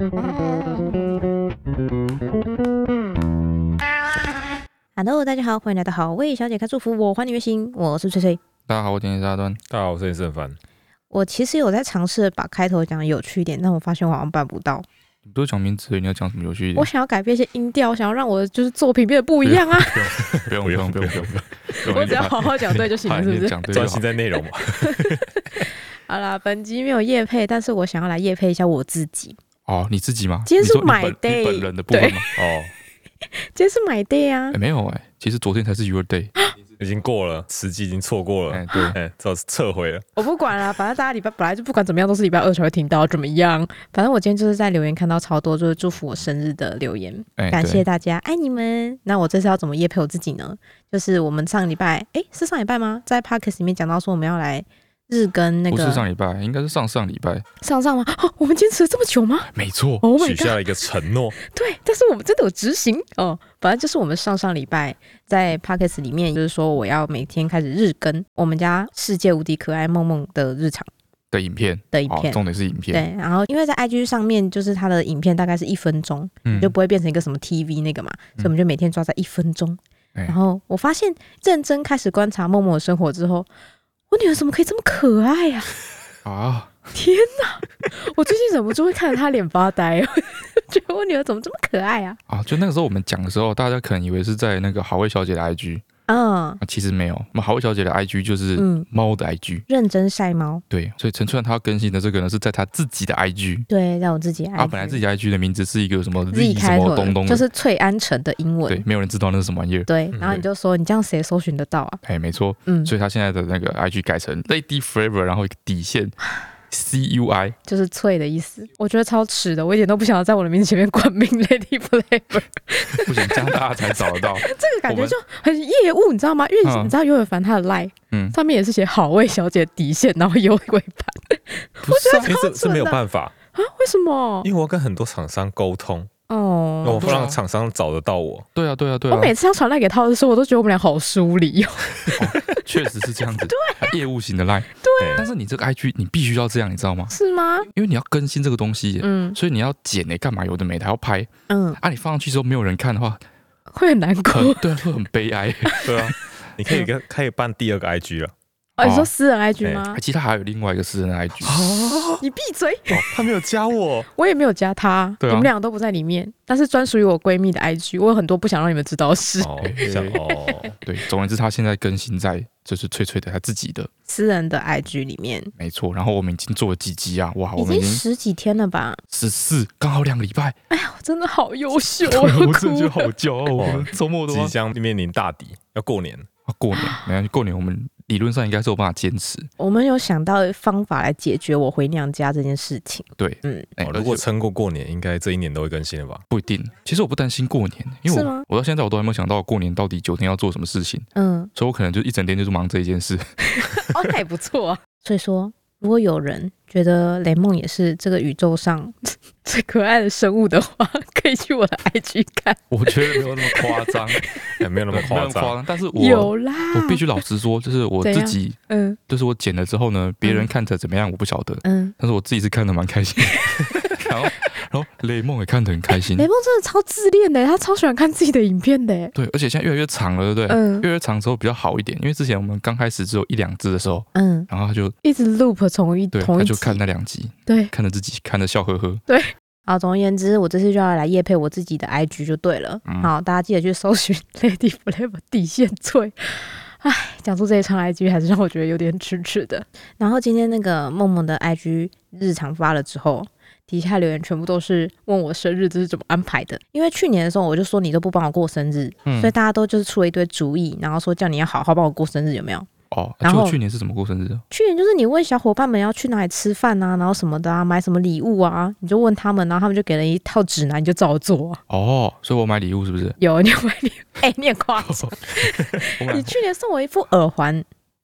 Hello， 大家好，欢迎来到好味小姐开祝福，我还你原形，我是翠翠。 大家好，我今天是阿端。 大家好，我是盛凡。 我其实有在尝试把开头讲的有趣一点，但我发现我好像办不到。 你不是讲名字，你要讲什么有趣一点？ 我想要改变一些音调，想要让我的就是作品变得不一样啊！ 不用， 我只要好好讲对就行了，是不是？ 专心在内容嘛。 好啦，本集没有业配，但是我想要来业配一下我自己。 哦，你自己吗？ 今天是 my day， 你本人的部分吗？ 哦， 今天是 my day 啊！ 没有其实昨天才是 your day， 已经过了，时机已经错过了。 对， 撤回了。 我不管了，反正大家礼拜本来就不管怎么样都是礼拜二才会听到，怎么样？反正我今天就是在留言看到超多就是祝福我生日的留言，感谢大家，爱你们。那我这次要怎么业配我自己呢？就是我们上礼拜，是上礼拜吗？在 Podcast 里面讲到说我们要来日更那个， 不是上礼拜，应该是上礼拜。 上吗？我们坚持了这么久吗？ 没错， 许下了一个承诺。 对，但是我们真的有执行哦。反正就是我们上礼拜在 Podcast 里面，就是说我要每天开始日更我们家世界无敌可爱梦梦的日常的影片，重点是影片。 对，然后因为在 IG 上面，就是它的影片大概是1分钟，你就不会变成一个什么 TV 那个嘛，所以我们就每天抓在1分钟。然后我发现认真开始观察默默的生活之后，我女儿怎么可以这么可爱呀？天哪！我最近忍不住会看着她脸发呆，觉得我女儿怎么这么可爱啊？ 就那个时候我们讲的时候，大家可能以为是在那个好味小姐的 IG。其实没有，我们好味小姐的 IG 就是猫的 IG， 认真晒猫。 对，所以陈川他更新的这个呢是在他自己的 IG， 对，在我自己 IG。 本来自己 IG 的名字是一个什么 Z 开头的， 什么东就是翠安城的英文。 对，没有人知道那是什么玩意儿。 对，然后你就说你这样谁搜寻得到啊？ 没错，所以他现在的那个 IG 改成 Lady Forever， 然后一个底线。CUI 就是脆的意思，我觉得超耻的，我一点都不想要在我的名字前面冠名 Lady Flavor， 不行，这样大家才找得到。 这个感觉就很业务，你知道吗？因为你知道尤伟凡他的 LINE，上面也是写好味小姐底线，然后优惠版，我觉得超蠢的。 这没有办法啊？为什么？ 因为我跟很多厂商沟通。我不让厂商找得到我。 对啊。 我每次要传赖给他的时候，我都觉得我们俩好疏离哦。 确实是这样子。 对， 业务型的赖。 对， 但是你这个 IG 你必须要这样，你知道吗？ 是吗？ 因为你要更新这个东西，所以你要剪干嘛？有的没的还要拍，你放上去之后没有人看的话， 会很难过。 对，会很悲哀。 对啊，你可以办第2个 IG 了。 你说私人 IG 吗？ 其实他还有另外一个私人的 IG。 你闭嘴！ 他没有加我， 我也没有加他，我们两个都不在里面。但是专属于我闺蜜的 IG， 我有很多不想让你们知道的事。 对，总而言之，他现在更新在就是翠翠的他自己的私人的 IG 里面。 没错，然后我们已经做了几集啊，哇， 已经10几天了吧 ？14，刚好2个礼拜。 哎呀，真的好优秀， 我真的觉得好骄傲。周末即将面临大敌，要过年。 过年没关系，过年我们理论上应该是有办法坚持。 我们有想到方法来解决我回娘家这件事情。 对， 如果撑过年，应该这一年都会更新了吧？ 不一定。其实我不担心过年，因为我到现在我都还没有想到过年到底9天要做什么事情。所以我可能就一整天就是忙这一件事。 那也不错啊。所以说，如果有人觉得雷梦也是这个宇宙上最可爱的生物的话，可以去我的 IG 看。 我觉得没有那么夸张， 没有那么夸张， 但是有啦。 我必须老实说，就是我自己，就是我剪了之后呢，别人看着怎么样我不晓得，但是我自己是看得蛮开心的。然后雷梦也看得很开心。 雷梦真的超自恋的，他超喜欢看自己的影片的。 对，而且现在越来越长了，对不对？越来越长之后比较好一点，因为之前我们刚开始只有1-2支的时候，然后他就一直 loop 同一集， 他就看那2集， 对， 看着自己看着笑呵呵， 对。好，总而言之，我这次就要来业配我自己的 IG 就对了。好，大家记得去搜寻 Lady Flavor 底线脆。讲出这一串 IG 还是让我觉得有点耻耻的。然后今天那个梦梦的 IG 日常发了之后，底下留言全部都是问我生日这是怎么安排的。因为去年的时候我就说你都不帮我过生日，所以大家都就是出了一堆主意，然后说叫你要好好帮我过生日，有没有？ 然后去年是怎么过生日的？ 去年就是你问小伙伴们要去哪里吃饭啊，然后什么的啊，买什么礼物啊，你就问他们，然后他们就给了一套指南，你就照做啊。 所以我买礼物是不是？ 有，你有买礼物？你很夸张。你去年送我一副耳环。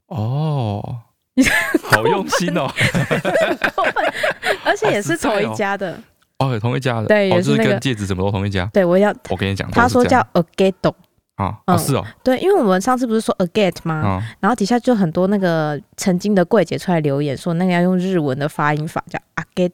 好用心哦。 而且也是同一家的。 同一家的。 对， 就是跟戒指什么都同一家。 对，我跟你讲， 他说叫 Ageto。 是哦， 对，因为我们上次不是说 agate 吗？然后底下就很多那个曾经的柜姐出来留言说，那个要用日文的发音法叫 ageto，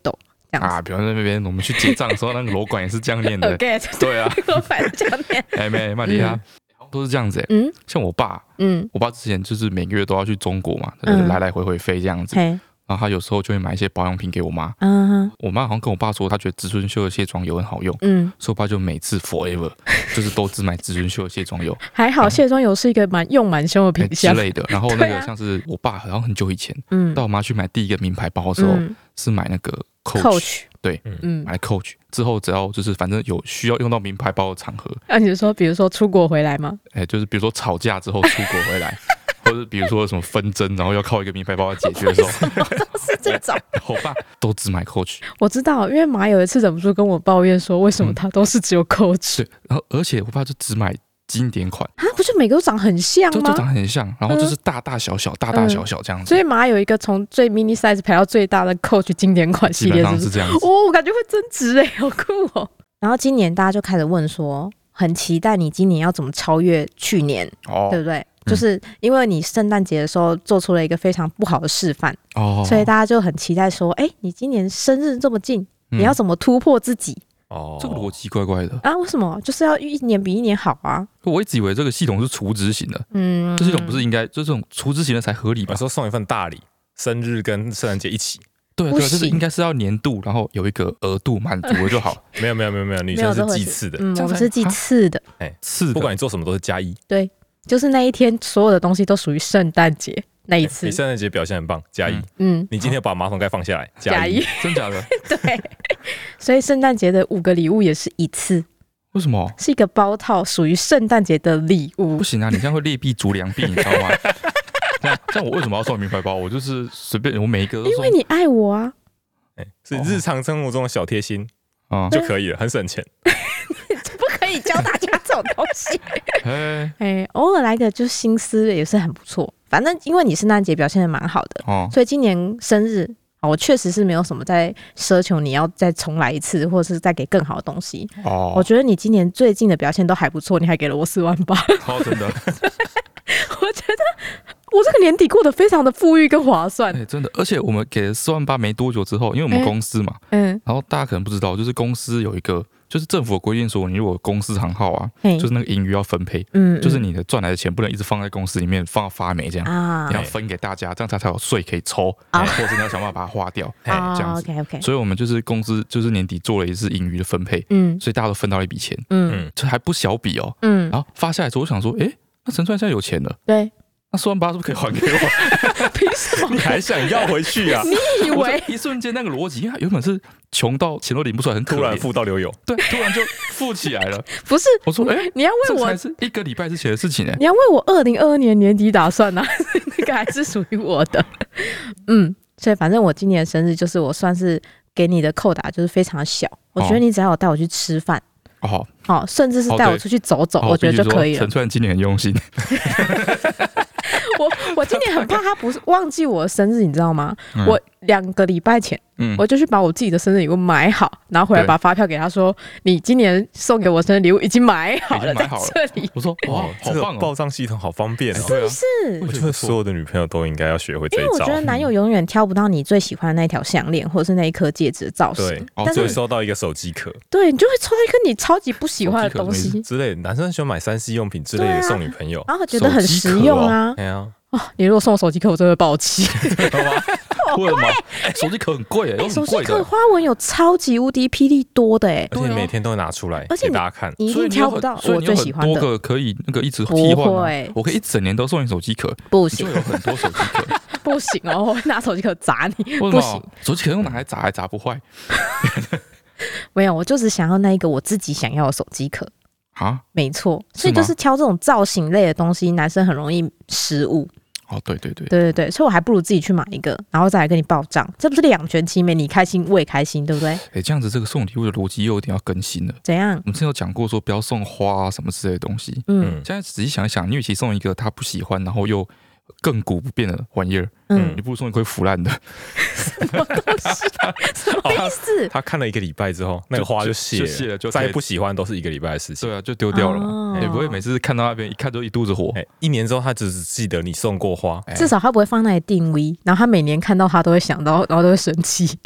这样子比方在那边我们去结账的时候，那个楼管也是这样念的。对啊， 楼管是这样念。 没蛮厉害，都是这样子。像我爸，我爸之前就是每个月都要去中国嘛，来来回回飞这样子。然后他有时候就会买一些保养品给我妈。我妈好像跟我爸说，她觉得植村秀的卸妆油很好用。所以我爸就每次 forever 就是都只买植村秀的卸妆油。 还好卸妆油是一个用蛮凶的品相之类的。然后那个像是我爸好像很久以前，带我妈去买第一个名牌包的时候，是买那个 Coach。对，买 Coach 之后，只要就是反正有需要用到名牌包的场合， 你是说比如说出国回来吗？ 就是比如说吵架之后出国回来。或者比如说什么纷争，然后要靠一个名牌包来解决的时候， 都是这种。 我爸都只买 Coach。 我知道，因为马有一次忍不住跟我抱怨说，为什么他都是只有 Coach？ 对，然后而且我爸就只买经典款不是每个都长很像吗？ 就长很像，然后就是大大小小这样子。 所以马有一个从最 mini size 排到最大的 Coach 经典款系列， 是这样子。 我感觉会增值好酷哦。然后今年大家就开始问说，很期待你今年要怎么超越去年，对不对？就是因为你圣诞节的时候做出了一个非常不好的示范，所以大家就很期待说，你今年生日这么近，你要怎么突破自己？ 这个逻辑怪怪的为什么？就是要一年比一年好啊！ 我一直以为这个系统是储值型的，这系统不是应该就这种储值型的才合理吧？ 有时候送一份大礼，生日跟圣诞节一起。 对，就是应该是要年度，然后有一个额度满足了就好。 没有，女生是计次的， 我们是计次的， 次不管你做什么都是加1。 对。就是那一天，所有的东西都属于圣诞节那一次。 你圣诞节表现很棒，加1。你今天把马桶盖放下来，加1。 真假的？ 对。所以圣诞节的5个礼物也是一次。 为什么？ 是一个包套，属于圣诞节的礼物。 不行啊，你这样会劣币逐良币，你知道吗？像我为什么要送名牌包？我就是随便，我每一个都送。 因为你爱我啊。 是日常生活中的小贴心就可以了，很省钱。 不可以教大家这种东西。偶尔来个就是心思也是很不错。反正因为你圣诞节表现得蛮好的，所以今年生日我确实是没有什么在奢求你要再重来一次，或者是再给更好的东西。我觉得你今年最近的表现都还不错，你还给了我48000。 真的。 我觉得我这个年底过得非常的富裕跟划算。 真的。而且我们给了48000没多久之后，因为我们公司嘛，然后大家可能不知道，就是公司有一个。就是政府的规定说，你如果公司行号啊，就是那个盈余要分配，就是你的赚来的钱不能一直放在公司里面放到发霉这样，你要分给大家，这样才有税可以抽，或者你要想办法把它花掉，这样子。所以我们就是公司就是年底做了一次盈余的分配，所以大家都分到了一笔钱，这还不小笔哦，然后发下来之后，我想说，那陈川现在有钱了， 对。 那48000是不是可以还给我？ 凭什么？ 你还想要回去啊？ 你以为一瞬间那个逻辑，因为原本是穷到钱都领不出来，很可怜， 突然富到流油， 对，突然就富起来了。 不是， 我说， 你要为我这才是1个礼拜之前的事情你要为我2022年年底打算啊，那个还是属于我的。所以反正我今年的生日就是我算是给你的扣打就是非常小，我觉得你只要有带我去吃饭。甚至是带我出去走走，我觉得就可以了。 陈川今年很用心。 我今年很怕他不是忘记我的生日，你知道吗？我2个礼拜前，我就去把我自己的生日礼物买好，然后回来把发票给他说：“你今年送给我生日礼物已经买好了，在这里。” 我说：“哇，好棒哦！ 报账系统好方便哦。” 是不是？ 我觉得所有的女朋友都应该要学会这一招。 因为我觉得男友永远挑不到你最喜欢的那条项链，或者是那一颗戒指的造型。 对，但是会收到一个手机壳， 对你就会抽到一颗你超级不喜欢的东西之类的。男生喜欢买3C 用品之类的送女朋友， 然后觉得很实用啊。你如果送我手机壳，我真的会爆气。 贵吗？手机壳很贵手机壳花纹有超级无敌霹雳多的而且每天都会拿出来给大家看。 你一定挑不到我最喜欢的。 多个可以那个一直替换我可以一整年都送你手机壳。 不行， 就有很多手机壳。 不行哦，我会拿手机壳砸你。不行， 手机壳用拿来砸还砸不坏。 没有，我就只想要那一个我自己想要的手机壳。没错，所以就是挑这种造型类的东西，男生很容易失误。对，所以我还不如自己去买一个，然后再来跟你报账，这不是两全其美？你开心我也开心，对不对？ 这样子这个送礼物的逻辑又有点要更新了。 怎样？ 我们之前有讲过说不要送花什么之类的东西。现在仔细想一想，你与其送一个他不喜欢，然后又亘古不变的玩意儿，你不如送一块腐烂的。 什么东西？什么意思？ 他看了1个礼拜之后，那个花就谢了，再不喜欢都是1个礼拜的事情。 对啊，就丢掉了嘛。也不会每次看到那边一看就一肚子火。 1年之后，他只记得你送过花， 至少他不会放那里定位，然后他每年看到他都会想到，然后都会生气。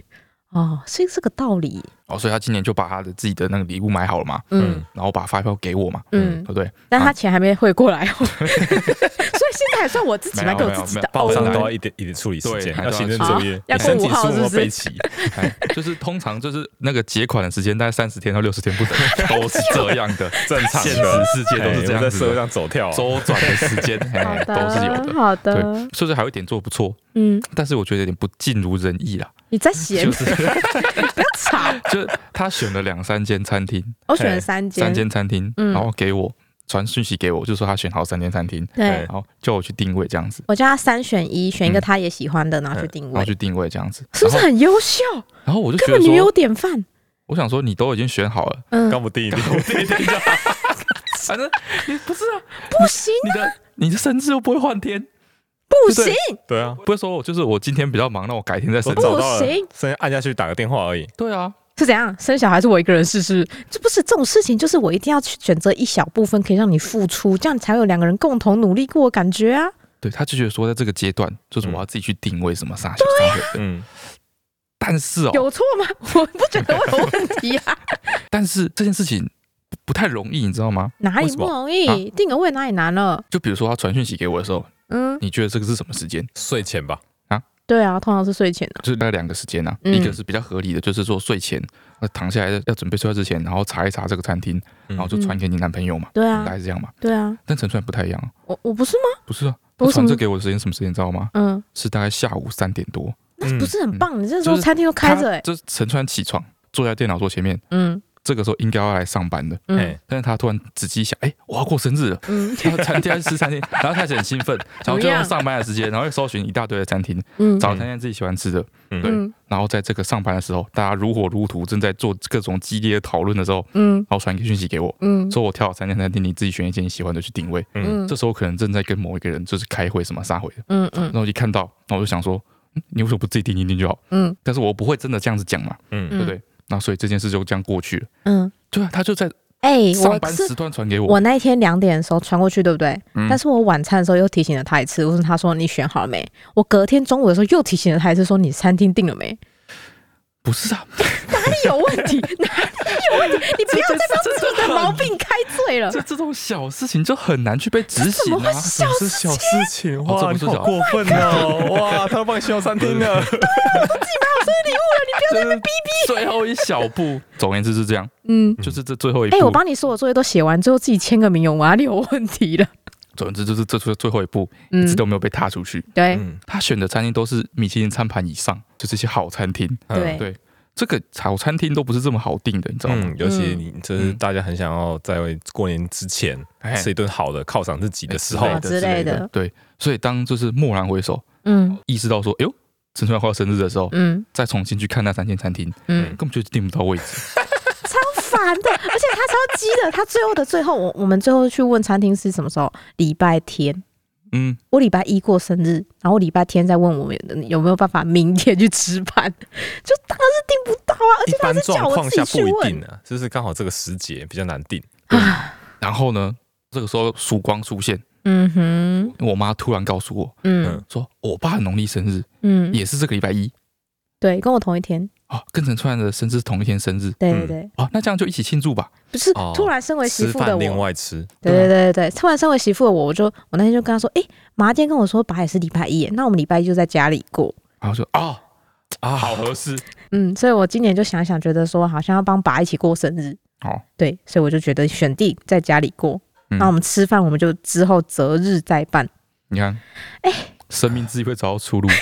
哦，是这个道理。 所以他今年就把他的自己的那个礼物买好了嘛，然后把发票给我嘛，对不对？ 但他钱还没汇过来所以现在还算我自己买给我自己的。 报上都要一点处理时间，要行政作业， 要过5号是不是？ 备齐， 就是通常就是那个结款的时间大概30天到60天不等，都是这样的， 正常的现实世界都是这样子， 在社会上走跳， 周转的时间都是有的。 好的， 对，所以还有一点做不错，但是我觉得有点不尽如人意啦。 你在嫌？不要吵。 就他选了2-3间餐厅， 我选了3间餐厅，然后给我传讯息给我，就说他选好3间餐厅， 对， 然后叫我去定位这样子。 我叫他3选1，选一个他也喜欢的，然后去定位， 然后去定位这样子， 是不是很优秀？ 然后我就觉得根本女友典范。 我想说，你都已经选好了， 刚不定一定， 反正你不是啊， 不行， 你的生日又不会换天。 不行， 对啊， 不会说就是我今天比较忙，那我改天再生。 不行， 按下去打个电话而已。 对啊， 是怎样？生小孩是我一个人试试，这不是这种事情，就是我一定要去选择一小部分可以让你付出，这样才有2个人共同努力过的感觉啊。 对，他就觉得说，在这个阶段，就是我要自己去定位什么啥小的。但是有错吗？我不觉得我有问题啊。 但是这件事情不太容易，你知道吗？ 哪里不容易？定个位哪里难了？ 就比如说他传讯息给我的时候。你觉得这个是什么时间？ 睡前吧。 对啊，通常是睡前的， 就是大概2个时间啊。一个是比较合理的，就是说睡前躺下来要准备睡觉之前，然后查一查这个餐厅，然后就传给你男朋友嘛。 对啊， 大概是这样嘛。 对啊， 但陈川不太一样。 我不是吗？ 不是啊，他传这给我的时间什么时间你知道吗？是大概下午3点多。 那不是很棒？你这时候餐厅都开着就是陈川起床坐在电脑桌前面，这个时候应该要来上班的，但是他突然仔细想，我要过生日了，然后餐厅要去吃餐厅，然后开始很兴奋，然后就用上班的时间，然后搜寻一大堆的餐厅，找餐厅自己喜欢吃的，对，然后在这个上班的时候，大家如火如荼，正在做各种激烈的讨论的时候，然后传一个讯息给我，说我挑好3间餐厅，你自己选一间你喜欢的去定位，这时候可能正在跟某一个人就是开会什么撒会的，然后一看到，然后我就想说，你为什么不自己定一定就好？但是我不会真的这样子讲嘛，对不对？那所以这件事就这样过去了。对啊，他就在上班时段传给我。 我那一天2点的时候传过去，对不对？但是我晚餐的时候又提醒了他一次，我说他说你选好了没？我隔天中午的时候又提醒了他一次，说你餐厅订了没？ 不是啊， 哪里有问题？哪里有问题？你不要再帮自己的毛病开罪了。 这种小事情就很难去被执行啊！ 小事情，哇，你好过分哦！哇，他都帮你选好餐厅了，对啊，我都自己买好生日礼物了，你不要在那边逼逼。 最后一小步，总而言之是这样，就是这最后一步。 我帮你所有作业都写完之后，自己签个名，我哪里有问题了？ 总而言之就是这最后一步，一直都没有被踏出去。 对， 他选的餐厅都是米其林餐盘以上，就是一些好餐厅。对。这个好餐厅都不是这么好订的，你知道吗？ 尤其你就是大家很想要在过年之前吃一顿好的犒赏自己的时候之类的。 对，所以当就是蓦然回首，意识到说，哎呦，陈川快要生日的时候，再重新去看那3间餐厅，根本就订不到位置， 超烦的，而且他超鸡的。他最后的最后，我们最后去问餐厅是什么时候？礼拜天。我礼拜1过生日，然后我礼拜天再问我们有没有办法明天去吃饭，就当然是订不到啊！而且他是叫我自己去问， 一般状况下不一定啊，就是刚好这个时节比较难订。 然后呢，这个时候曙光出现，我妈突然告诉我，说我爸农历生日，也是这个礼拜1， 对，跟我同一天。 跟陈川的生日同一天生日， 对， 那这样就一起庆祝吧。 不是，突然身为媳妇的我， 另外吃， 对，突然身为媳妇的我那天就跟他说，妈今天跟我说爸也是礼拜1，那我们礼拜1就在家里过。 然后说好合适， 所以我今年就想想，觉得说好像要帮爸一起过生日，对，所以我就觉得选定在家里过，那我们吃饭我们就之后择日再办。 你看，生命自己会找到出路。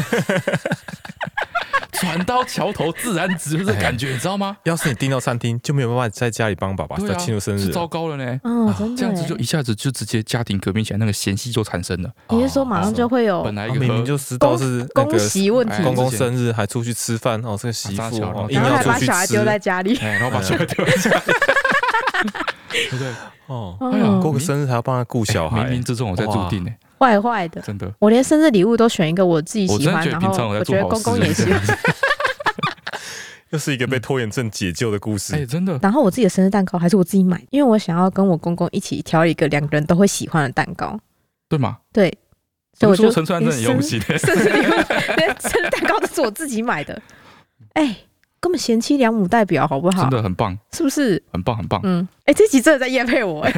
船到桥头自然直，这感觉你知道吗？ 要是你订到餐厅，就没有办法在家里帮爸爸在庆祝生日， 是糟糕了呢。 真的， 这样子就一下子就直接家庭革命起来，那个嫌隙就产生了。 你是说马上就会有本来明明就知道是恭喜问题， 公公生日还出去吃饭这个媳妇然后还把小孩丢在家里， 然后把小孩丢在家里，对不对？ 过个生日还要帮他顾小孩， 冥冥之中我在注定坏的， 真的。 我连生日礼物都选一个我自己喜欢，然后我觉得公公也喜欢。 又是一个被拖延症解救的故事， 真的。 然后我自己的生日蛋糕还是我自己买，因为我想要跟我公公一起挑一个2个人都会喜欢的蛋糕， 对吗？ 对，所以我就陈川真的很用心， 生日礼物连生日蛋糕都是我自己买的。 根本贤妻良母代表好不好？ 真的很棒， 是不是？ 很棒，很棒。 这集真的在业配我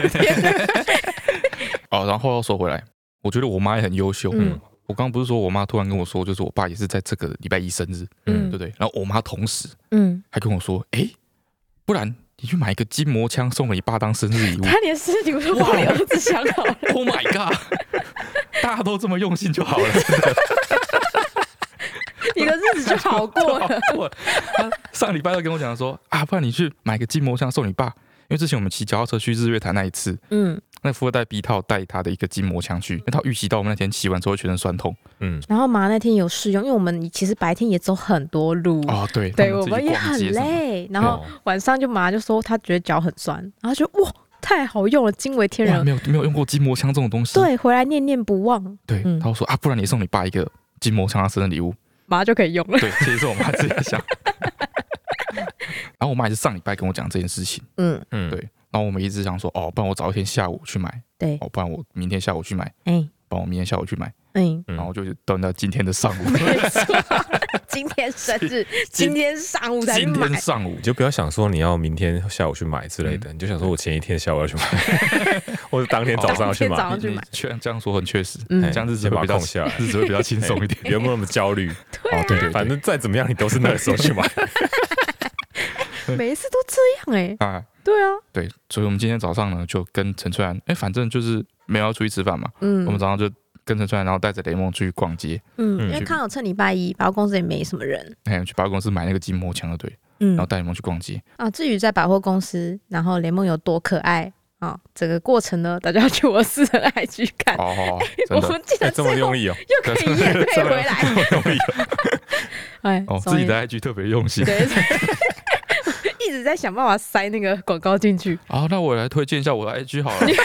然后要说回来，我觉得我妈也很优秀。我刚刚不是说我妈突然跟我说，就是我爸也是在这个礼拜一生日，对不对？然后我妈同时，还跟我说，不然你去买一个筋膜枪送给你爸当生日礼物。 他连事情都帮你儿子想好了。 Oh my god！ 大家都这么用心就好了，真的。 你的日子就好过了。 他上礼拜就跟我讲说不然你去买个筋膜枪送你爸，因为之前我们骑脚踏车去日月潭那一次，那富二代 B 套带他的一个筋膜枪去，因为他预习到我们那天骑完之后全身酸痛， 然后妈那天有试用，因为我们其实白天也走很多路对，我们也很累，然后晚上妈就说她觉得脚很酸，然后就哇太好用了，惊为天人， 没有用过筋膜枪这种东西， 对，回来念念不忘， 对，他说不然你送你爸一个筋膜枪的生日礼物， 妈就可以用了，对， 其实是我妈自己想。然后我妈也是上礼拜跟我讲这件事情，对。然后我们一直想说，不然我早一天下午去买，对，不然我明天下午去买，不然我明天下午去买，然后就等到今天的上午， 没错，今天生日，今天上午才去买， 今天上午你就不要想说你要明天下午去买之类的，你就想说我前一天下午要去买，或者当天早上要去买， 这样说很确实，这样日子会比较下来，日子会比较轻松一点， 不用那么焦虑。 对， 反正再怎么样你都是那个时候去买。 每一次都这样对啊， 对，所以我们今天早上呢就跟陈翠兰，反正就是没有要出去吃饭嘛，我们早上就跟陈翠兰，然后带着雷梦去逛街， 因为刚好趁礼拜一，百货公司也没什么人， 去百货公司买那个筋膜枪的，对，然后带雷梦去逛街至于在百货公司，然后雷梦有多可爱整个过程呢，大家要去我私人 IG 看。我们竟然这么用力又可以业配回来， 这么用力自己的 IG 特别用心。 对。一直在想办法塞那个广告进去。 那我来推荐一下我的 IG 好了。 你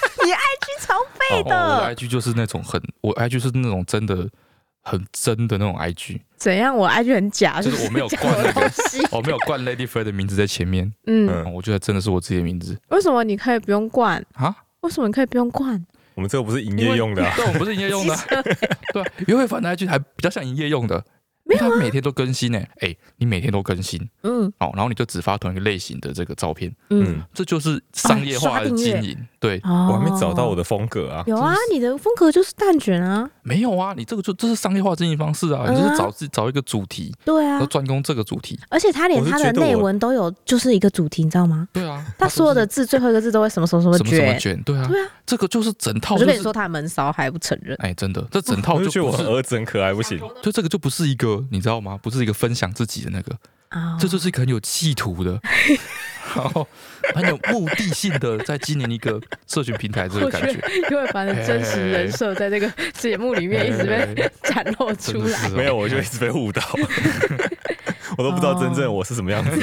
IG 超废的。 我的 IG 就是那种我 IG 是那种真的很真的那种 IG。 怎样？我 IG 很假， 就是我没有冠我没有冠 Lady Fred 的名字在前面。我觉得真的是我自己的名字。 为什么你可以不用冠为什么你可以不用冠？ 我们这个不是营业用的。 对，我们不是营业用的。对，约会凡的 IG 还比较像营业用的。因为他每天都更新你每天都更新，然后你就只发同一个类型的这个照片，这就是商业化的经营，对， 我还没找到我的风格啊。 有啊，你的风格就是蛋卷啊。 没有啊，你这是商业化经营方式啊，你就是找一个主题， 对啊， 要专攻这个主题， 而且他连他的内文都有就是一个主题，你知道吗？ 对啊， 他所有的字最后一个字都会什么卷， 对啊，这个就是整套。 我就跟你说他闷骚还不承认， 真的，这整套就觉得我儿子很可爱不行， 就这个就不是一个你知道吗？不是一个分享自己的那个，这就是一个很有企图的，然后很有目的性的在经营一个社群平台这个感觉。 因为反正真实人设在这个节目里面一直被展露出来， 没有我就一直被误导，我都不知道真正我是什么样子。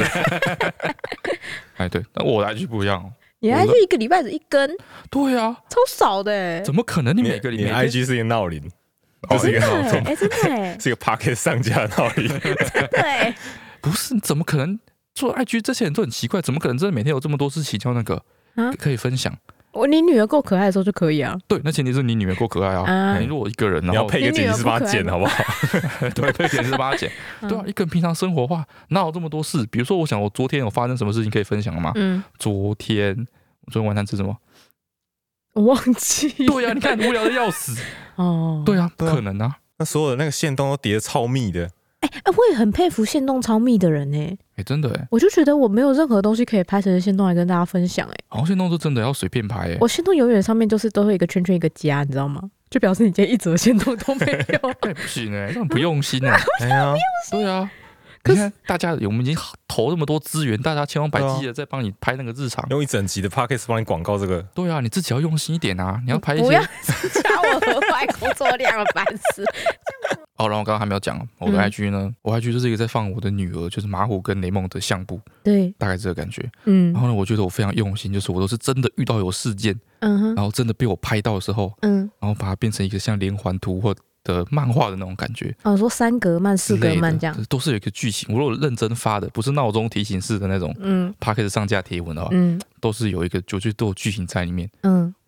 对，但我的 IG 不一样。 你 IG 一个礼拜只一根？对啊， 超少的。 怎么可能？你每个礼拜 IG 是一个闹铃。是一个闹钟， 真的， 是一个 Podcast 上架的闹铃， 真的， 不是？怎么可能做 IG？这些人都很奇怪，怎么可能真的每天有这么多事情叫那个可以分享？ 你女儿够可爱的时候就可以啊。 对，那前提是你女儿够可爱啊。你如果一个人，然后你要配个剪辑师帮她剪，好不好？ 对，配剪辑师帮她剪。对啊，一个人平常生活化哪有这么多事？比如说，我想我昨天有发生什么事情可以分享吗？昨天晚餐吃什么？ 我忘记。 对啊，你看无聊的要死。对啊，不可能啊！ 那所有的那个限动都叠得超密的。 我也很佩服限动超密的人真的我就觉得我没有任何东西可以拍成限动来跟大家分享好像限动是真的要随便拍我限动永远上面就是都会一个圈圈一个加，你知道吗？就表示你今天一则限动都没有。 不行这样不用心对啊。 可是大家我们已经投那么多资源，大家千方百计的在帮你拍那个日常， 用一整集的 podcast 帮你广告这个。 对啊，你自己要用心一点啊！你要拍一些。 不要加我额外工作量了，烦死！ 然后我刚刚还没有讲我的 IG 呢，我 IG 就是一个在放我的女儿，就是马虎跟雷梦的相簿， 对， 大概这个感觉。然后呢，我觉得我非常用心，就是我都是真的遇到有事件，然后真的被我拍到的时候，然后把它变成一个像连环图或的漫画的那种感觉说3格漫4格漫这样， 都是有一个剧情。我如果认真发的，不是闹钟提醒式的那种，Podcast 上架贴文的话，都是有一个都有剧情在里面。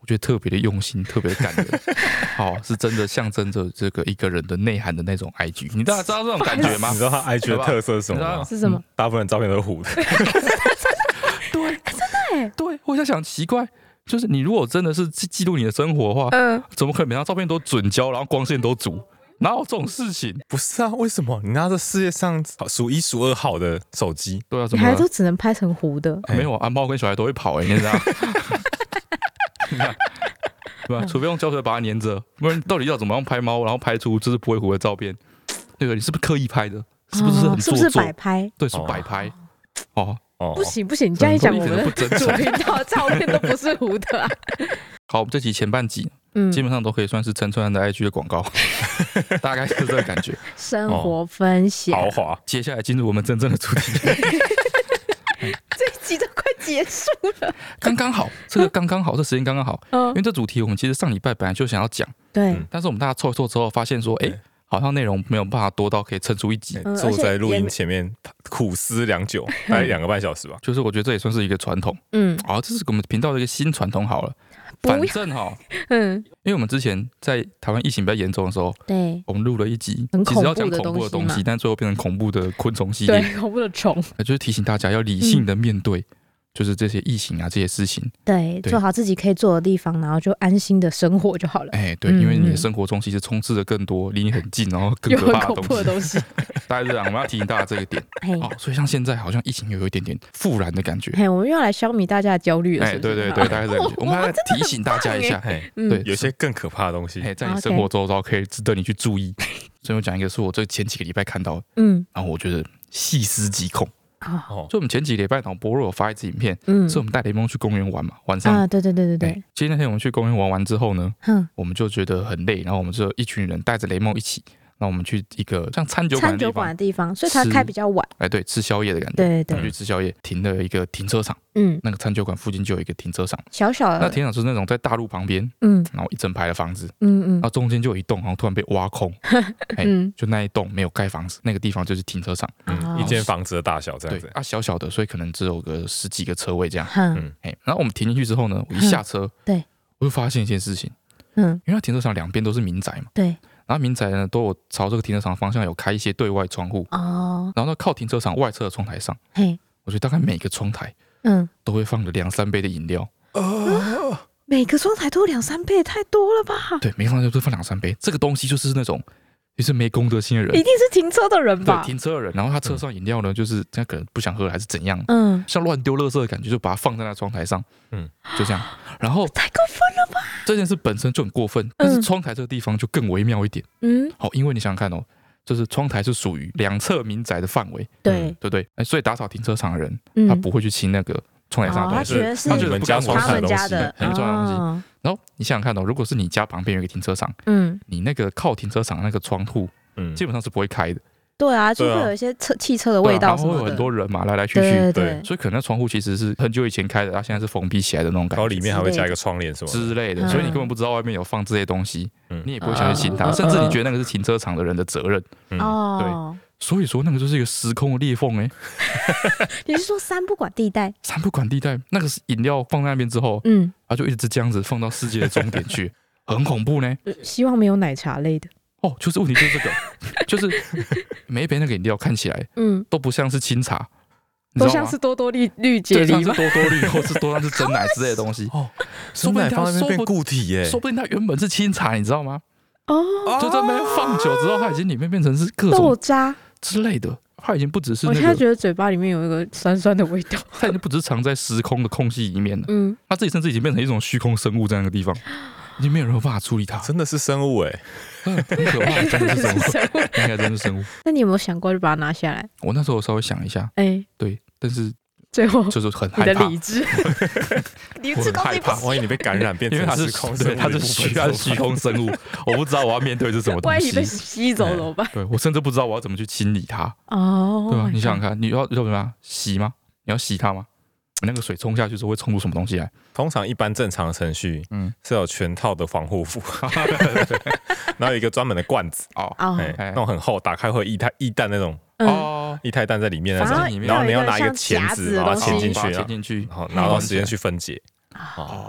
我觉得特别的用心，特别的感人。好，是真的象征着这个一个人的内涵的那种 IG。你大家知道这种感觉吗？ 你知道他 IG 的特色是什么吗？ 是什么？ 大部分照片都是糊的。 对， 真的哎。 对，我在想奇怪。就是你如果真的是记录你的生活的话，怎么可能每张照片都准焦，然后光线都足？哪有这种事情？ 不是啊，为什么？你拿着世界上数1数2好的手机， 对啊， 你还都只能拍成糊的。 没有啊，猫跟小孩都会跑你知道？你看，对吧？除非用胶水把它粘着，不然到底要怎么样拍猫，然后拍出就是不会糊的照片？那个你是不是刻意拍的？是不是很做作？ 是不是摆拍？ 对，是摆拍。哦。 不行，你这样一讲，我们主频道的照片都不是糊的啊。 好，我们这集前半集，基本上都可以算是陈川的 IG 的广告，大概是这个感觉。 生活分享， 豪华。 接下来进入我们真正的主题。 这一集都快结束了， 刚刚好，这个刚刚好，这时间刚刚好。因为这主题我们其实上礼拜本来就想要讲， 对， 但是我们大家凑一凑之后，发现说，好像内容没有办法多到可以撑出一集， 坐在录音前面苦思良久，大概2个半小时吧。 就是我觉得这也算是一个传统，好，这是我们频道的一个新传统好了。反正因为我们之前在台湾疫情比较严重的时候， 对， 我们录了一集，其实要讲恐怖的东西，但最后变成恐怖的昆虫系列， 对，恐怖的虫， 就是提醒大家要理性的面对。就是这些疫情啊，这些事情， 对，做好自己可以做的地方，然后就安心的生活就好了。 对，因为你的生活中其实充斥着更多离你很近，然后更可怕的东西。大概这样，我们要提醒大家这个点。所以像现在好像疫情有一点点复燃的感觉。 我们又要来消弭大家的焦虑了。 对，大概这样。我们来提醒大家一下，对， 有些更可怕的东西， 在你生活周遭可以值得你去注意。所以我讲一个是我这前几个礼拜看到的，然后我觉得细思极恐。就我们前几个礼拜脑波若有发一支影片，是我们带雷蒙去公园玩嘛，晚上对。 其实那天我们去公园玩完之后呢，我们就觉得很累，然后我们就一群人带着雷蒙一起，然后我们去一个像餐酒馆的地方， 所以它开比较晚。 对，吃宵夜的感觉。 对， 我们去吃宵夜，停了一个停车场。那个餐酒馆附近就有一个停车场， 小小的。 那停车场是那种在大路旁边，然后一整排的房子，然后中间就有一栋，然后突然被挖空，就那一栋没有盖房子，那个地方就是停车场， 一间房子的大小这样子。 对，小小的，所以可能只有个10几个车位这样。然后我们停进去之后呢，我一下车， 对， 我就发现一件事情，因为它停车场两边都是民宅嘛， 对， 然后民宅呢都有朝这个停车场方向有开一些对外窗户，然后呢靠停车场外侧的窗台上，我觉得大概每个窗台都会放了2、3杯的饮料。 每个窗台都有2、3杯，太多了吧？ 对，每个窗台都放2、3杯。这个东西就是那种就是没公德心的人， 一定是停车的人吧？ 对，停车的人，然后他车上饮料呢，就是他可能不想喝还是怎样，像乱丢垃圾的感觉，就把它放在那窗台上，就这样。然后太过分了吧？ 这件事本身就很过分，但是窗台这个地方就更微妙一点。好，因为你想想看哦。就是窗台是属于2侧民宅的范围，对不对？所以打扫停车场的人，他不会去清那个窗台上的东西，他觉得不干我他们家的很重要的东西。然后你想想看哦，如果是你家旁边有一个停车场，你那个靠停车场那个窗户，基本上是不会开的。 对啊，就会有一些汽车的味道什么的， 然后会有很多人嘛来来去去，对，所以可能那窗户其实是很久以前开的，它现在是封闭起来的那种感觉， 然后里面还会加一个窗帘什么之类的，所以你根本不知道外面有放这些东西，你也不会想去清它，甚至你觉得那个是停车场的人的责任，对，所以说那个就是一个时空的裂缝你是说三不管地带？ 三不管地带，那个饮料放在那边之后，它就一直这样子放到世界的终点去，很恐怖呢。 希望没有奶茶类的。 就是问题就是这个，就是每一杯那个饮料看起来，都不像是清茶， 都像是多多绿解离吗？ 多多绿，或是多像是真奶之类的东西。 说不定放在那边变固体耶， 说不定它原本是清茶，你知道吗？就在那边放久之后，它已经里面变成是各种豆渣之类的，它已经不只是。 我现在觉得嘴巴里面有一个酸酸的味道， 它已经不只是藏在时空的空隙里面了，它自己甚至已经变成一种虚空生物这样的地方。已经没有人有办法处理它， 真的是生物很可怕，真的是生物，应该真是生物。 那你有没有想过就把它拿下来？ 我那时候稍微想一下，对，但是最后就是很害怕。 你的理智害怕， 万一你被感染变成虚空生物， 它是虚空生物，我不知道我要面对是什么东西。 万一被吸走怎么办？ 对，我甚至不知道我要怎么去清理它。对吧？你想想看，你要怎么样洗吗？你要洗它吗？那个水冲下去之后会冲出什么东西来？ 通常一般正常的程序，是有全套的防护服，然后有一个专门的罐子，那种很厚，打开会液氮那种，液态氮在里面那种，然后你要拿一个钳子把它钳进去，然后拿到时间去分解。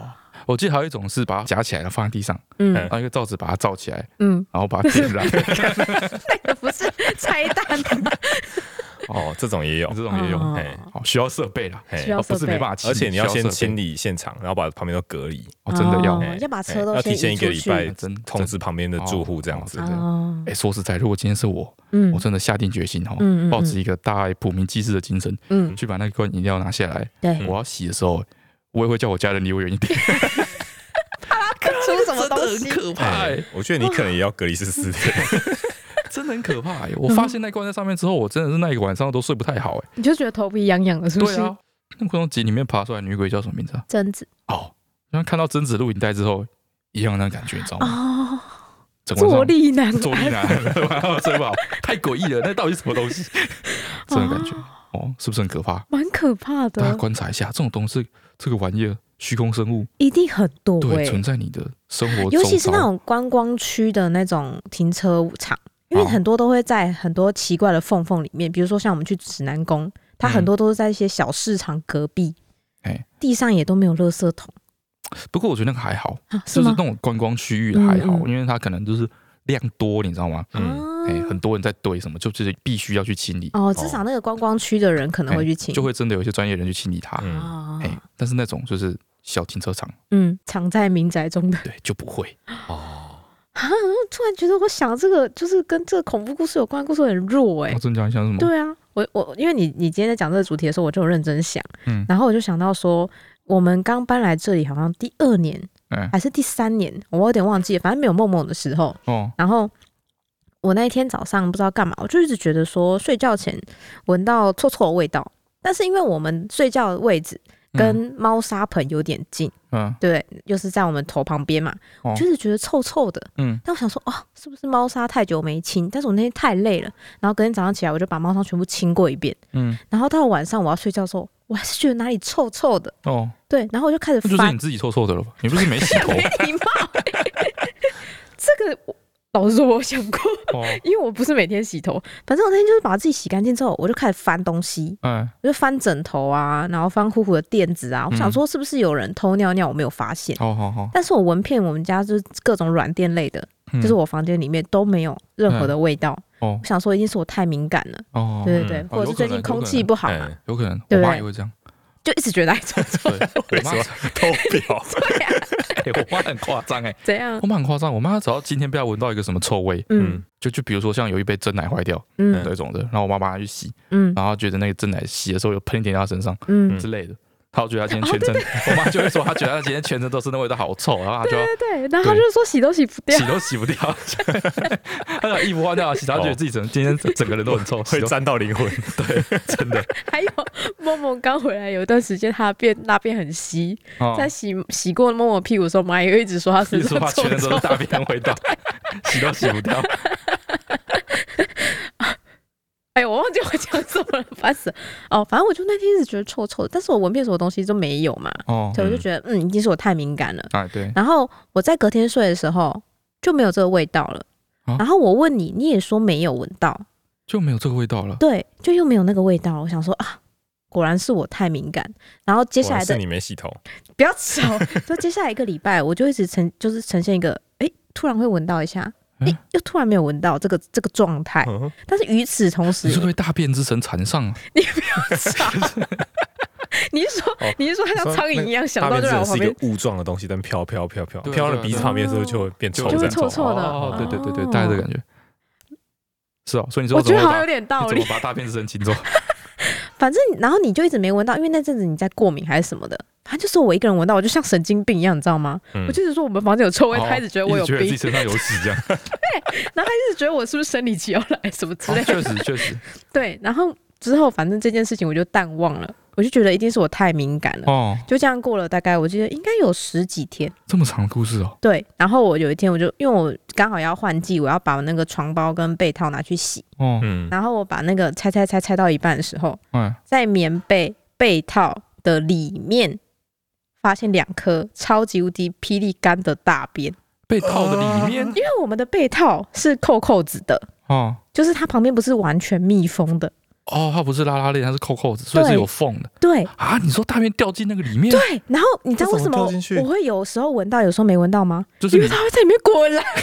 我记得还有一种是把它夹起来，然后放在地上，然后一个罩子把它罩起来，然后把它点燃。 那个不是拆弹吗？ 这种也有， 需要设备啦，不是没办法清理， 而且你要先清理现场，然后把旁边都隔离。 真的要把车都要提前1个礼拜通知旁边的住户这样子。 说实在，如果今天是我真的下定决心抱持一个大爱普民济世的精神，去把那罐饮料拿下来，我要洗的时候，我也会叫我家人离我远一点。 出什么东西？ 真的很可怕我觉得你可能也要隔离14天。 真的很可怕我发现那罐在上面之后，我真的是那一个晚上都睡不太好你就觉得头皮痒痒的，是不是？ 对啊，那昆虫集里面爬出来女鬼叫什么名字啊？ 贞子。 然后看到贞子录影带之后，一样那感觉，你知道吗？ 坐立难安， 睡不好，太诡异了，那到底是什么东西？这种感觉是不是很可怕？ 蛮可怕的。 大家观察一下，这种东西，这个玩意儿，虚空生物一定很多， 对，存在你的生活， 尤其是那种观光区的那种停车场。因为很多都会在很多奇怪的缝里面，比如说像我们去指南宫，它很多都是在一些小市场隔壁，地上也都没有垃圾桶。 不过我觉得那个还好，就是那种观光区域的还好，因为它可能就是量多，你知道吗？很多人在堆什么，就是必须要去清理。 至少那个观光区的人可能会去清理， 就会真的有一些专业人去清理它。但是那种就是小停车场， 藏在民宅中的， 对，就不会。 突然觉得我想这个就是跟这个恐怖故事有关的故事很弱真讲像什么？ 对啊，我因为你今天在讲这个主题的时候，我就有认真想，然后我就想到说，我们刚搬来这里好像第2年还是第3年，我有点忘记了，反正没有梦梦的时候，然后我那一天早上不知道干嘛，我就一直觉得说睡觉前闻到臭臭的味道，但是因为我们睡觉的位置跟猫砂盆有点近，对，就是在我们头旁边嘛，就是觉得臭臭的，但我想说，是不是猫砂太久没清？但是我那天太累了，然后隔天早上起来，我就把猫砂全部清过一遍，然后到了晚上我要睡觉的时候，我还是觉得哪里臭臭的，对，然后我就开始翻， 那就是你自己臭臭的了吧？你不是没洗头？ 没礼貌，这个。老实说，我想过，因为我不是每天洗头，反正我那天就是把自己洗干净之后，我就开始翻东西，我就翻枕头啊，然后翻呼呼的垫子啊，我想说是不是有人偷尿尿，我没有发现，但是我闻遍我们家就是各种软垫类的，就是我房间里面都没有任何的味道，我想说一定是我太敏感了，对对对，或者是最近空气不好嘛， 有可能，我妈也会这样。 就一直觉得爱臭臭的， 我妈偷表， 对啊， 我妈很夸张怎样？ 我妈很夸张，我妈只要今天被她闻到一个什么臭味，就比如说像有一杯珍奶坏掉，那种的，然后我妈帮她去洗，然后觉得那个珍奶洗的时候有喷一点在她身上，之类的。他觉得他今天全身，我妈就会说，他觉得他今天全身都是那味道好臭，然后他就对，然后他就说洗都洗不掉， 洗都洗不掉，他把衣服换掉洗，他觉得自己今天整个人都很臭， 会沾到灵魂， 对，真的。 还有梦梦刚回来有一段时间，他大便很稀，在洗过梦梦屁股的时候，妈也一直说他身上臭， 全身都是大便的味道，洗都洗不掉。 哎，我忘记我讲什么了，烦死了。反正我就那天一直觉得臭臭的，但是我闻遍所有东西都没有嘛，所以我就觉得一定是我太敏感了。 对。 然后我在隔天睡的时候就没有这个味道了。然后我问你，你也说没有闻到， 就没有这个味道了。 对，就又没有那个味道。我想说果然是我太敏感。然后接下来的是你没洗头， 不要吵。就接下来1个礼拜，我就一直呈现一个突然会闻到一下。又突然没有闻到这个状态，但是与此同时， 你是不是大便之神缠上啊？ 你不要吵！你是说它像苍蝇一样想到就在我旁边？ 是一个雾状的东西，但飘到鼻子旁边的时候就会变臭， 就会臭臭的。 对，大概这个感觉。是哦，所以你说我觉得好像有点道理。 怎么把大便之神请走？ 反正然后你就一直没闻到，因为那阵子你在过敏还是什么的。他就说我一个人闻到，我就像神经病一样，你知道吗？我就是说我们房间有臭味，他一直觉得我有病， 自己身上有屎这样。 对，然后他一直觉得我是不是生理期要来什么之类的。 确实。对， 然后之后反正这件事情我就淡忘了，我就觉得一定是我太敏感了。就这样过了大概我记得应该有10几天， 这么长的故事哦。 对，然后我有一天因为我刚好要换季，我要把那个床包跟被套拿去洗。然后我把那个拆到一半的时候，在棉被套的里面。发现2颗超级无敌霹雳干的大便， 被套的里面， 因为我们的被套是扣子的，就是它旁边不是完全密封的， 哦，它不是拉拉链，它是扣扣子，所以是有缝的。 对啊，你说大便掉进那个里面？ 对，然后你知道为什么我会有时候闻到，有时候没闻到吗？就是因为它会在里面滚来。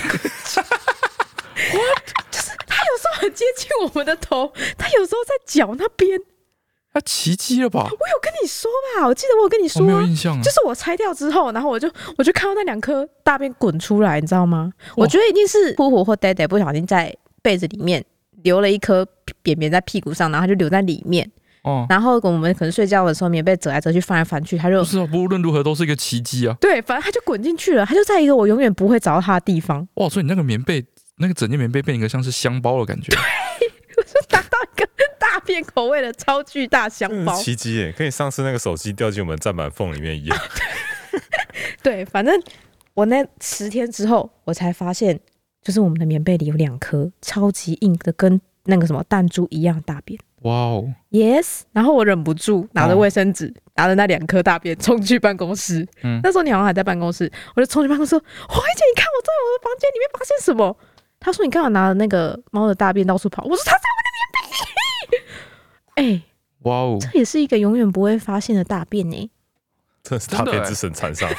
就是它有时候很接近我们的头，它有时候在脚那边。 它奇迹了吧？ 我有跟你说吧，我记得我有跟你说， 没有印象。 就是我拆掉之后，然后我就看到那2颗大便滚出来，你知道吗？我觉得一定是呼呼或呆呆不小心在被子里面留了一颗便便在屁股上，然后它就留在里面。然后我们可能睡觉的时候，棉被折来折去，翻来翻去，它就不是啊，不论如何都是一个奇迹啊。 对，反正它就滚进去了，它就在一个我永远不会找到它的地方。 哇，所以你那个棉被，那个整件棉被变一个像是香包的感觉。 对，我就达到一个大便口味的超巨大香包， 奇迹耶，跟你上次那个手机掉进我们站板缝里面一样。 对，反正我那10天之后，我才发现，就是我们的棉被里有2颗超级硬的，跟那个什么弹珠一样的大便。 哇哦 ，yes！ 然后我忍不住拿着卫生纸，拿着那2颗大便冲去办公室。那时候你好像还在办公室，我就冲去办公室说：“华姐，你看我在我的房间里面发现什么？”他说：“你干嘛拿着那个猫的大便到处跑？”我说：“它在我的棉被里。” 哇哦， 这也是一个永远不会发现的大便呢。 这是大便之神缠上。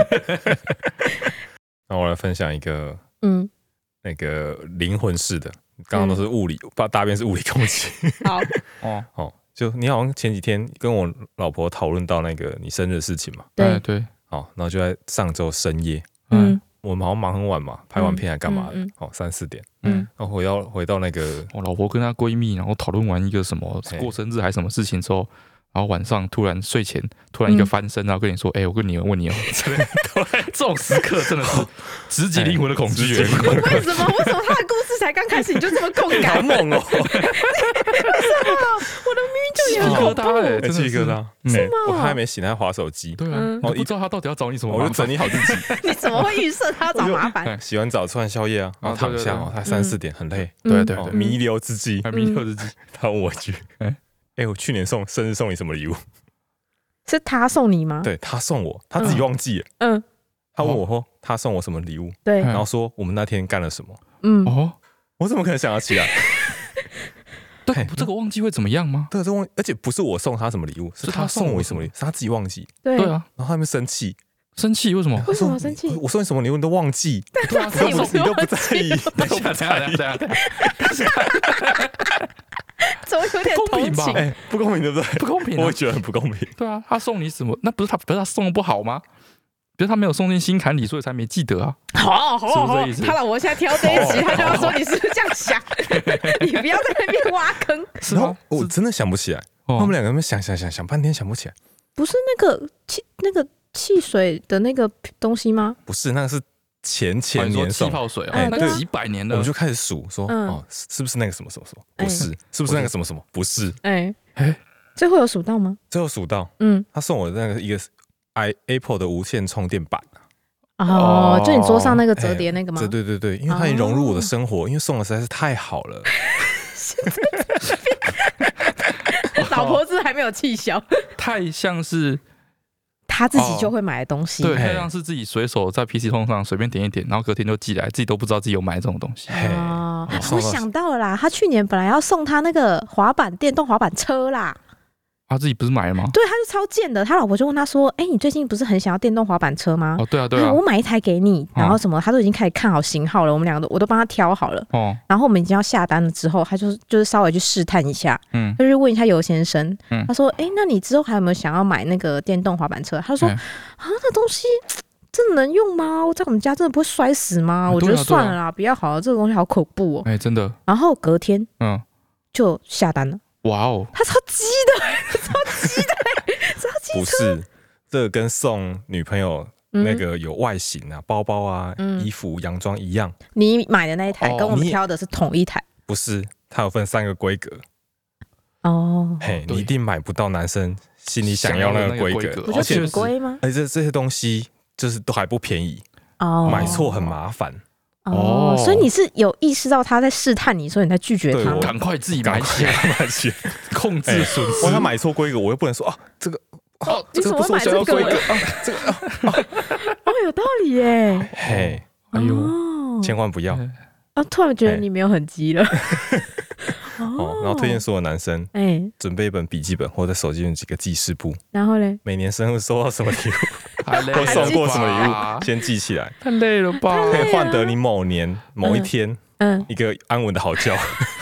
那我来分享一个，那个灵魂式的。刚刚都是物理，大便是物理攻击。 好， 就你好像前几天跟我老婆讨论到那个你生日的事情嘛？ 对。 好，然后就在上周深夜，我们好像忙很晚嘛，拍完片还干嘛的？3、4点，然后回到那个我老婆跟她闺蜜，然后讨论完一个什么过生日还是什么事情之后。然后晚上突然睡前突然一个翻身，然后跟你说：“我跟你问你哦。”这种时刻真的是直击灵魂的恐惧。 为什么？为什么他的故事才刚开始你就这么共感？ 好猛哦！ 为什么？我的明明就也很恐怖， 鸡皮疙瘩。 是吗？ 我还没醒，他在滑手机。 对啊，我不知道他到底要找你什么， 我就整理好自己。 你怎么会预设他要找麻烦？ 洗完澡吃完宵夜啊，然后躺下哦，他3、4点很累。 对， 弥留之际，他问我一句：“我去年生日送你什么礼物？” 是他送你吗？ 对，他送我，他自己忘记了。他问我说他送我什么礼物？ 对， 然后说我们那天干了什么？我怎么可能想得起来？ 对，这个忘记会怎么样吗？ 对，而且不是我送他什么礼物，是他送我什么礼物，是他自己忘记。 对啊， 然后他们生气， 为什么？ 为什么生气？ 我送你什么礼物你都忘记， 对啊，你都不在意， 等一下。 怎么有点公平吧？ 不公平对不对？ 不公平， 我也觉得很不公平。 对啊，他送你什么？那不是他送的不好吗？比如他没有送进心坎里，所以才没记得啊。 好， 是不是这意思？ 他老婆现在听到这一集，他就要说你是不是这样想？你不要在那边挖坑。 是吗？ 我真的想不起来。他们2个人想半天想不起来。 不是那个汽水的那个东西吗？ 不是，那个是前年送气泡水啊，那几百年的， 我们就开始数说是不是那个什么什么什么？不是，是不是那个什么什么？不是。 最后有数到吗？ 最后数到，他送我的那个一个 Apple 的无线充电板。 就你桌上那个折叠那个吗？ 对，因为它已经融入我的生活，因为送的实在是太好了。 老婆子还没有气消， 太像是他自己就会买的东西， 对，太像是自己随手在 PC 通上随便点一点，然后隔天就寄来，自己都不知道自己有买这种东西。 我想到了啦，他去年本来要送他那个电动滑板车啦。 他自己不是买了吗？ 对，他是超贱的。他老婆就问他说：“你最近不是很想要电动滑板车吗？” 对啊， 我买一台给你，然后什么，他都已经开始看好型号了。我们2个我都帮他挑好了。然后我们已经要下单了之后，他就是稍微去试探一下，他就问一下尤先生，他说：“那你之后还有没有想要买那个电动滑板车？”他说：“那东西真的能用吗？我在我们家真的不会摔死吗？我觉得算了啦，不要好了，这个东西好恐怖哦。” 真的。 然后隔天，就下单了。 哇哦， 他超鸡的，超鸡的，超鸡。 不是，这个跟送女朋友那个有外形啊、包包啊、衣服、洋装一样。 你买的那一台跟我们挑的是同一台？ 不是，它有分3个规格。你一定买不到男生心里想要那个规格， 不是很贵吗？ 而且这些东西就是都还不便宜，买错很麻烦。 所以你是有意识到他在试探你，所以你才拒绝他， 赶快自己买起来，控制损失。 他买错规格，我又不能说这个你怎么会买这个规格？ 这个有道理耶。 哎呦，千万不要。 突然觉得你没有很急了。 然后推荐所有男生，准备一本笔记本或者手机有几个记事簿， 然后嘞， 每年生日收到什么礼物，或送过什么礼物，先记起来。 太累了吧？ 可以换得你某年某一天，一个安稳的好觉。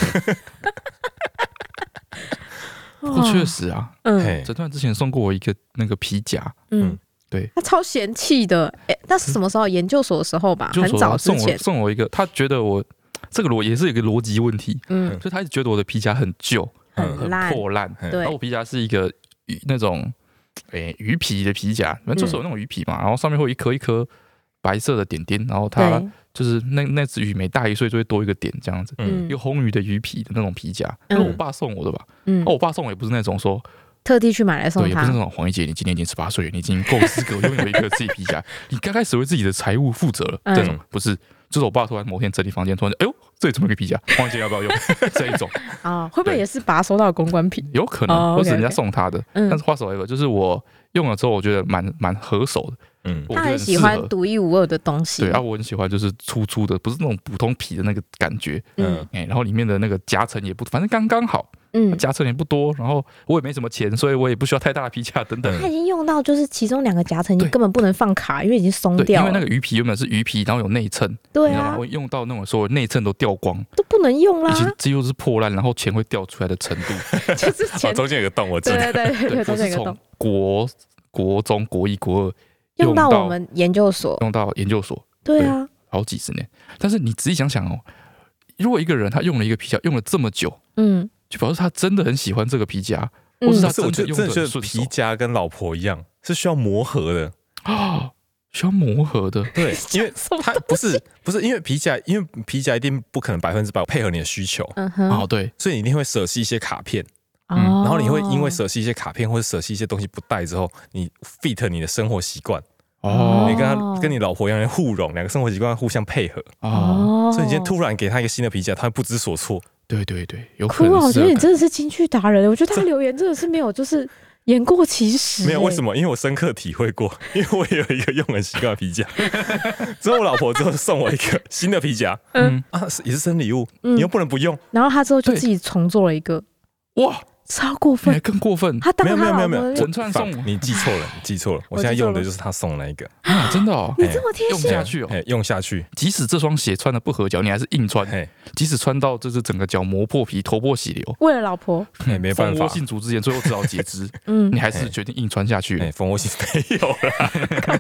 不过确实啊，诊断之前送过我一个那个皮夹，对， 他超嫌弃的。那是什么时候？研究所的时候吧，很早之前送我一个，他觉得我这个也是一个逻辑问题，所以他一直觉得我的皮夹很旧、很破烂。 对， 然后我皮夹是一个那种鱼皮的皮夹，就是有那种鱼皮嘛，然后上面会有一颗一颗白色的点点，然后它就是那只鱼每大1岁就会多一个点这样子，一个红鱼的鱼皮的那种皮夹，那是我爸送我的吧？我爸送我也不是那种说特地去买来送他， 对，也不是那种黄一姐，你今年已经18岁了，你已经够资格拥有一个自己皮夹，你刚开始为自己的财务负责了，这种不是，就是我爸突然某天整理房间，突然哎呦，这里怎么有个皮夹？黄一姐要不要用？这一种啊，会不会也是把它收到的公关品？ 有可能，或是人家送他的，但是话说回来，就是我用了之后，我觉得蛮合手的。 他很喜欢独一无二的东西。 对啊，我很喜欢就是粗粗的，不是那种普通皮的那个感觉。然后里面的那个夹层也不，反正刚刚好。夹层也不多，然后我也没什么钱，所以我也不需要太大的皮夹等等。 他已经用到就是其中2个夹层，你根本不能放卡，因为已经松掉了。 因为那个鱼皮原本是鱼皮，然后有内衬， 对啊，我用到那种所有内衬都掉光， 都不能用啦。 已经几乎是破烂，然后钱会掉出来的程度。 就是钱中间有个洞，我知道。 对，中间有个洞。 国中、国1、国2 用到我们研究所， 对啊，好几十年。但是你仔细想想哦，如果一个人他用了一个皮夹用了这么久，就表示他真的很喜欢这个皮夹，或是他真的用得很顺手。 皮夹跟老婆一样，是需要磨合的啊，需要磨合的。 对，因为它不是因为皮夹一定不可能100%配合你的需求。 对， 所以你一定会舍弃一些卡片。然后你会因为舍弃一些卡片或者舍弃一些东西不带之后，你 fit 你的生活习惯。你跟你老婆一样互融，2个生活习惯互相配合。所以你今天突然给他一个新的皮夹，他会不知所措。 对，有可能。 我觉得你真的是金句达人，我觉得他留言真的是没有就是言过其实。 没有，为什么？因为我深刻体会过，因为我也有一个用很习惯的皮夹。之后我老婆之后送我一个新的皮夹，也是生日礼物，你又不能不用。 然后他之后就自己重做了一个， 哇！ 超过分， 更过分。 他当他没有， 整串送你记错了。我现在用的就是他送的那一个啊，真的哦， 你这么贴心， 用下去。 即使这双鞋穿的不合脚，你还是硬穿。即使穿到就是整个脚磨破皮、头破血流， 为了老婆， 没办法， 蜂窝性组织炎，最后只好截肢。你还是决定硬穿下去。 蜂窝性没有啦，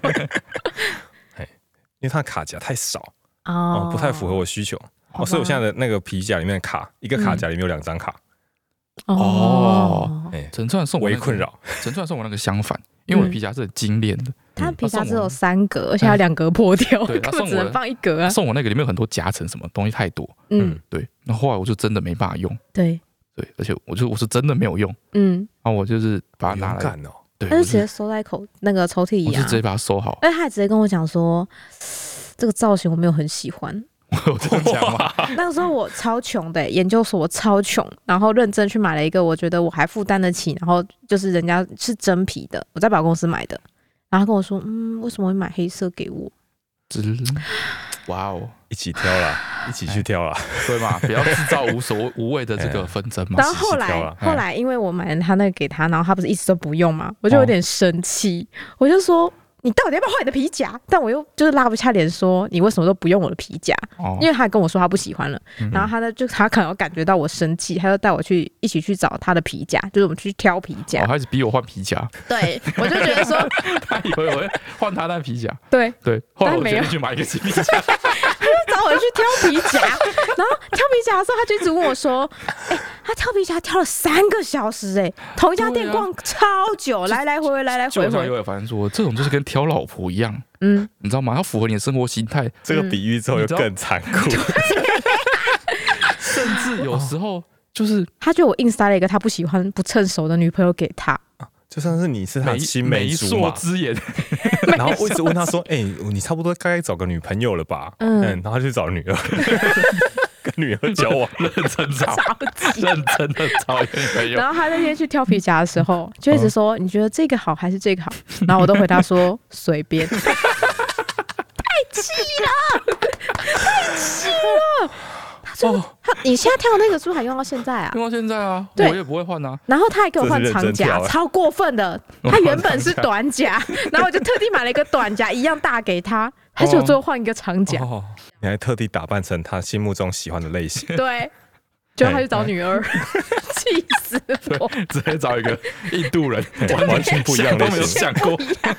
因为它的卡夹太少不太符合我需求所以我现在的那个皮夹里面的卡，一个卡夹里面有2张卡。 陈川送我为困扰， 陈川送我那个相反，因为我的皮夹是很精炼的， 他皮夹只有3格，而且还有2格破掉， 对，他送我只能放1格啊。 送我那个里面有很多夹层，什么东西太多，对。那后来我就真的没办法用， 对， 而且我是真的没有用，然后我就是把它拿来，对， 他就直接收在那个抽屉里我就直接把它收好， 而且他还直接跟我讲说，这个造型我没有很喜欢。 我这样讲吗？ 那个时候我超穷的，研究所我超穷，然后认真去买了一个我觉得我还负担得起，然后就是人家是真皮的，我在百货公司买的，然后他跟我说，为什么会买黑色给我？ 哇哦， 一起挑啦，一起去挑啦， 对嘛？不要制造无谓的这个纷争嘛。 然后后来因为我买了他那个给他，然后他不是一直都不用嘛，我就有点生气，我就说，你到底要不要换你的皮夹？但我又就是拉不下脸说你为什么都不用我的皮夹？因为他跟我说他不喜欢了，然后他可能有感觉到我生气，他就带我一起去找他的皮夹，就是我们去挑皮夹。 他一直逼我换皮夹， 对，我就觉得说他以为我会换他那皮夹， 对， 后来我决定去买一个新皮夹。 他找我去挑皮夹，然后挑皮夹的时候，他就一直问我说：“他挑皮夹挑了3个小时，同一家店逛超久，来来回回，来来回回。” 就反正说这种就是跟挑老婆一样，你知道吗？要符合你的生活形态。 这个比喻之后又更残酷， 甚至有时候就是他觉得我硬塞了一个他不喜欢不成熟的女朋友给他。 就算是你是他青梅竹马之言， 然后我一直问他说：“你差不多该找个女朋友了吧？”然后他去找女儿，跟女儿交往， 认真的找女朋友。 然后他那天去挑皮夹的时候，就一直说：“你觉得这个好还是这个好？”然后我都回答说：“随便。”太气了！ 你现在挑的那个是不是还用到现在啊？ 用到现在啊，我也不会换啊。 然后他还给我换长夹，超过分的。他原本是短夹，然后我就特地买了一个短夹，一样大给他，他就最后换一个长夹。 你还特地打扮成他心目中喜欢的类型。 对，就他去找女儿，气死我！ 直接找一个印度人， 完全不一样的类型， 都没有想过。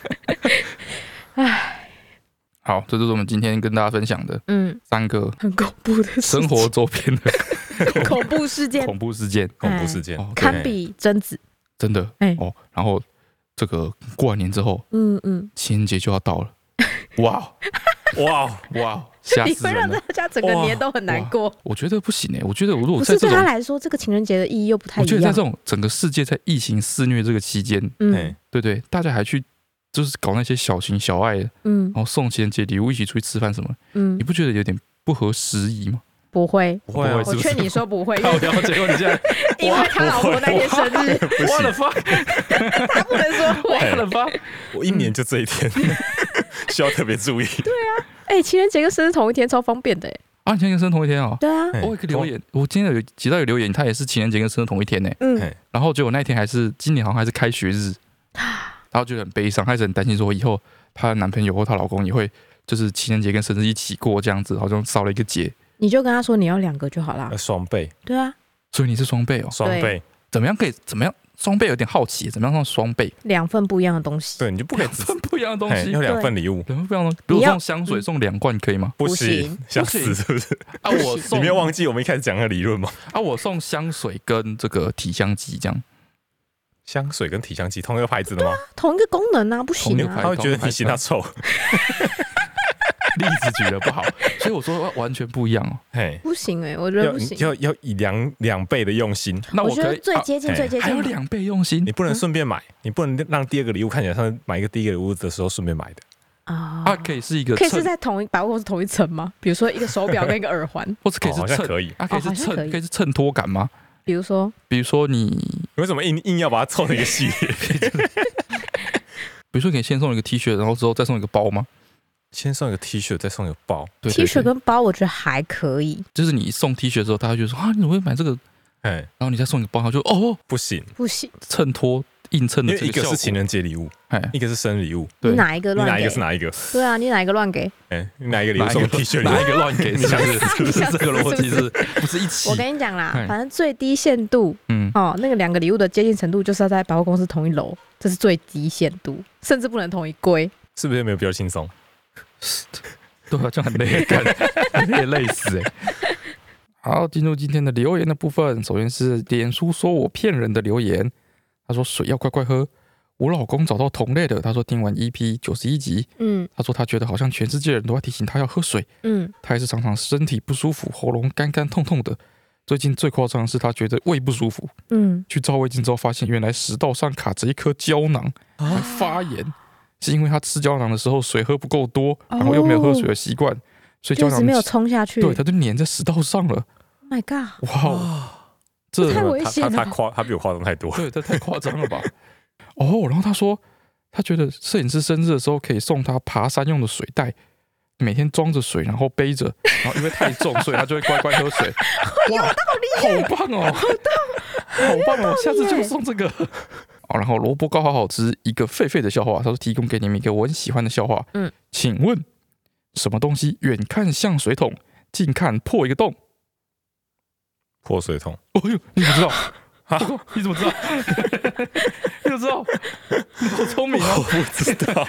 唉。好，这就是我们今天跟大家分享的3个很恐怖的生活周边的恐怖事件， 堪比贞子， 真的哦。然后这个过完年之后，情人节就要到了，哇，吓死人了！ 你会让大家整个年都很难过。 我觉得不行我觉得如果不是对他来说，这个情人节的意义又不太一样。 我觉得在这种整个世界在疫情肆虐这个期间，对，大家还去。就是搞那些小情小爱的，然后送情人节礼物，一起出去吃饭什么，你不觉得有点不合时宜吗？ 不会， 我劝你说不会。 靠腰，结果你现在因为他老婆那天生日， 我的妈， 他不能说会。 我的妈， 我一年就这一天，需要特别注意。 对啊，情人节跟生日同一天，超方便的啊，情人节跟生日同一天哦。 对啊， 我有个留言，我今天有接到有留言，他也是情人节跟生日同一天呢。然后结果那天今年好像还是开学日。然后就很悲伤，开始很担心说以后她的男朋友或她老公也会就是情人节跟生日一起过这样子，好像少了一个节。 你就跟他说你要2个就好了， 双倍。 对啊， 所以你是双倍哦， 双倍怎么样双倍有点好奇，怎么样算双倍 ？2份不一样的东西， 对，你就不可以 2份不一样的东西， 要2份礼物 ，2份不一样的，比如送香水送2罐可以吗？ 不行，想死是不是？ 啊，我送你没有忘记我们一开始讲的理论吗？ 啊，我送香水跟这个体香剂这样。 香水跟体香剂同一个牌子的吗？ 同一个功能啊，不行啊， 他会觉得你嫌他臭。 例子举得不好，所以我说完全不一样哦。 不行我觉得不行， 要以2倍的用心。 那我觉得最接近， 还有2倍用心， 你不能顺便买，你不能让第2个礼物看起来像买一个第1个礼物的时候顺便买的。 啊，可以是一个， 可以是在百货公司同一层吗？比如说一个手表跟一个耳环， 或者可以是衬， 可以啊，可以是衬托感吗？ 比如说你为什么硬要把它凑成一个系列？ 比如说可以先送一个 T 恤，然后之后再送一个包吗？ 先送一个 T 恤，再送一个包。 T 恤跟包我觉得还可以。 就是你送 T 恤的时候，大家就说啊，你怎么会买这个？然后你再送一个包，他就不行， 衬托映衬的这个效果。 因为一个是情人节礼物，一个是生日礼物。 你哪一个乱给？ 哪一个是哪一个？ 对啊，你哪一个乱给？ 你哪一个礼物送 T 恤？ 哪一个乱给？是不是这个逻辑不是一起？ 我跟你讲啦，反正最低限度，那个2个礼物的接近程度，就是要在百货公司同一楼，这是最低限度，甚至不能同一柜。 是不是没有比较轻松？ 对啊，这样很累，很累死好，进入今天的留言的部分。首先是脸书说我骗人的留言，他说水要快快喝。我老公找到同类的，他说听完 EP 91集，他说他觉得好像全世界人都在提醒他要喝水，他也是常常身体不舒服，喉咙干干痛痛的。最近最夸张的是他觉得胃不舒服，去照胃镜之后发现原来食道上卡着一颗胶囊，还发炎，是因为他吃胶囊的时候水喝不够多，然后又没有喝水的习惯。所以胶囊没有冲下去， 对，它就粘在食道上了。 Oh my god！ 哇，这太危险了， 他比我夸张太多。 对，这太夸张了吧？然后他说，他觉得摄影师生日的时候可以送他爬山用的水袋，每天装着水，然后背着，然后因为太重，所以他就会乖乖喝水。 哇， 好棒哦！好棒哦！下次就送这个。然后萝卜糕好好吃，一个狒狒的笑话，他说提供给你们一个我很喜欢的笑话。请问。什么东西远看像水桶，近看破一个洞？ 破水桶。 哦呦，你怎么知道？你怎么知道？你怎么知道？你好聪明啊！ 我不知道，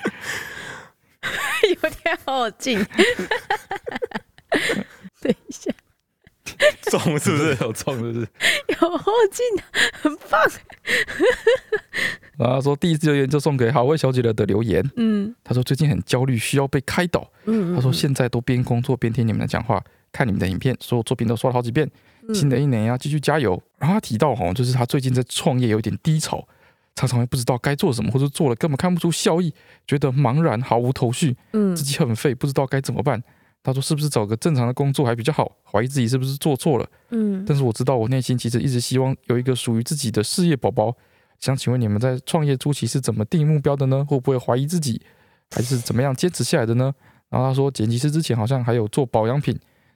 有点好近。等一下， 中是不是？ 有中是不是？ 有后劲，很棒。 然后他说第一次留言就送给好味小姐的留言。他说最近很焦虑，需要被开导。他说现在都边工作边听你们的讲话，看你们的影片，所有作品都刷了好几遍。新的一年要继续加油。然后他提到就是他最近在创业有点低潮，常常会不知道该做什么，或者做了根本看不出效益，觉得茫然毫无头绪，自己很废，不知道该怎么办。他说是不是找个正常的工作还比较好，怀疑自己是不是做错了。但是我知道我内心其实一直希望有一个属于自己的事业宝宝。想请问你们在创业初期是怎么定目标的呢？会不会怀疑自己，还是怎么样坚持下来的呢？然后他说剪辑师之前好像还有做保养品，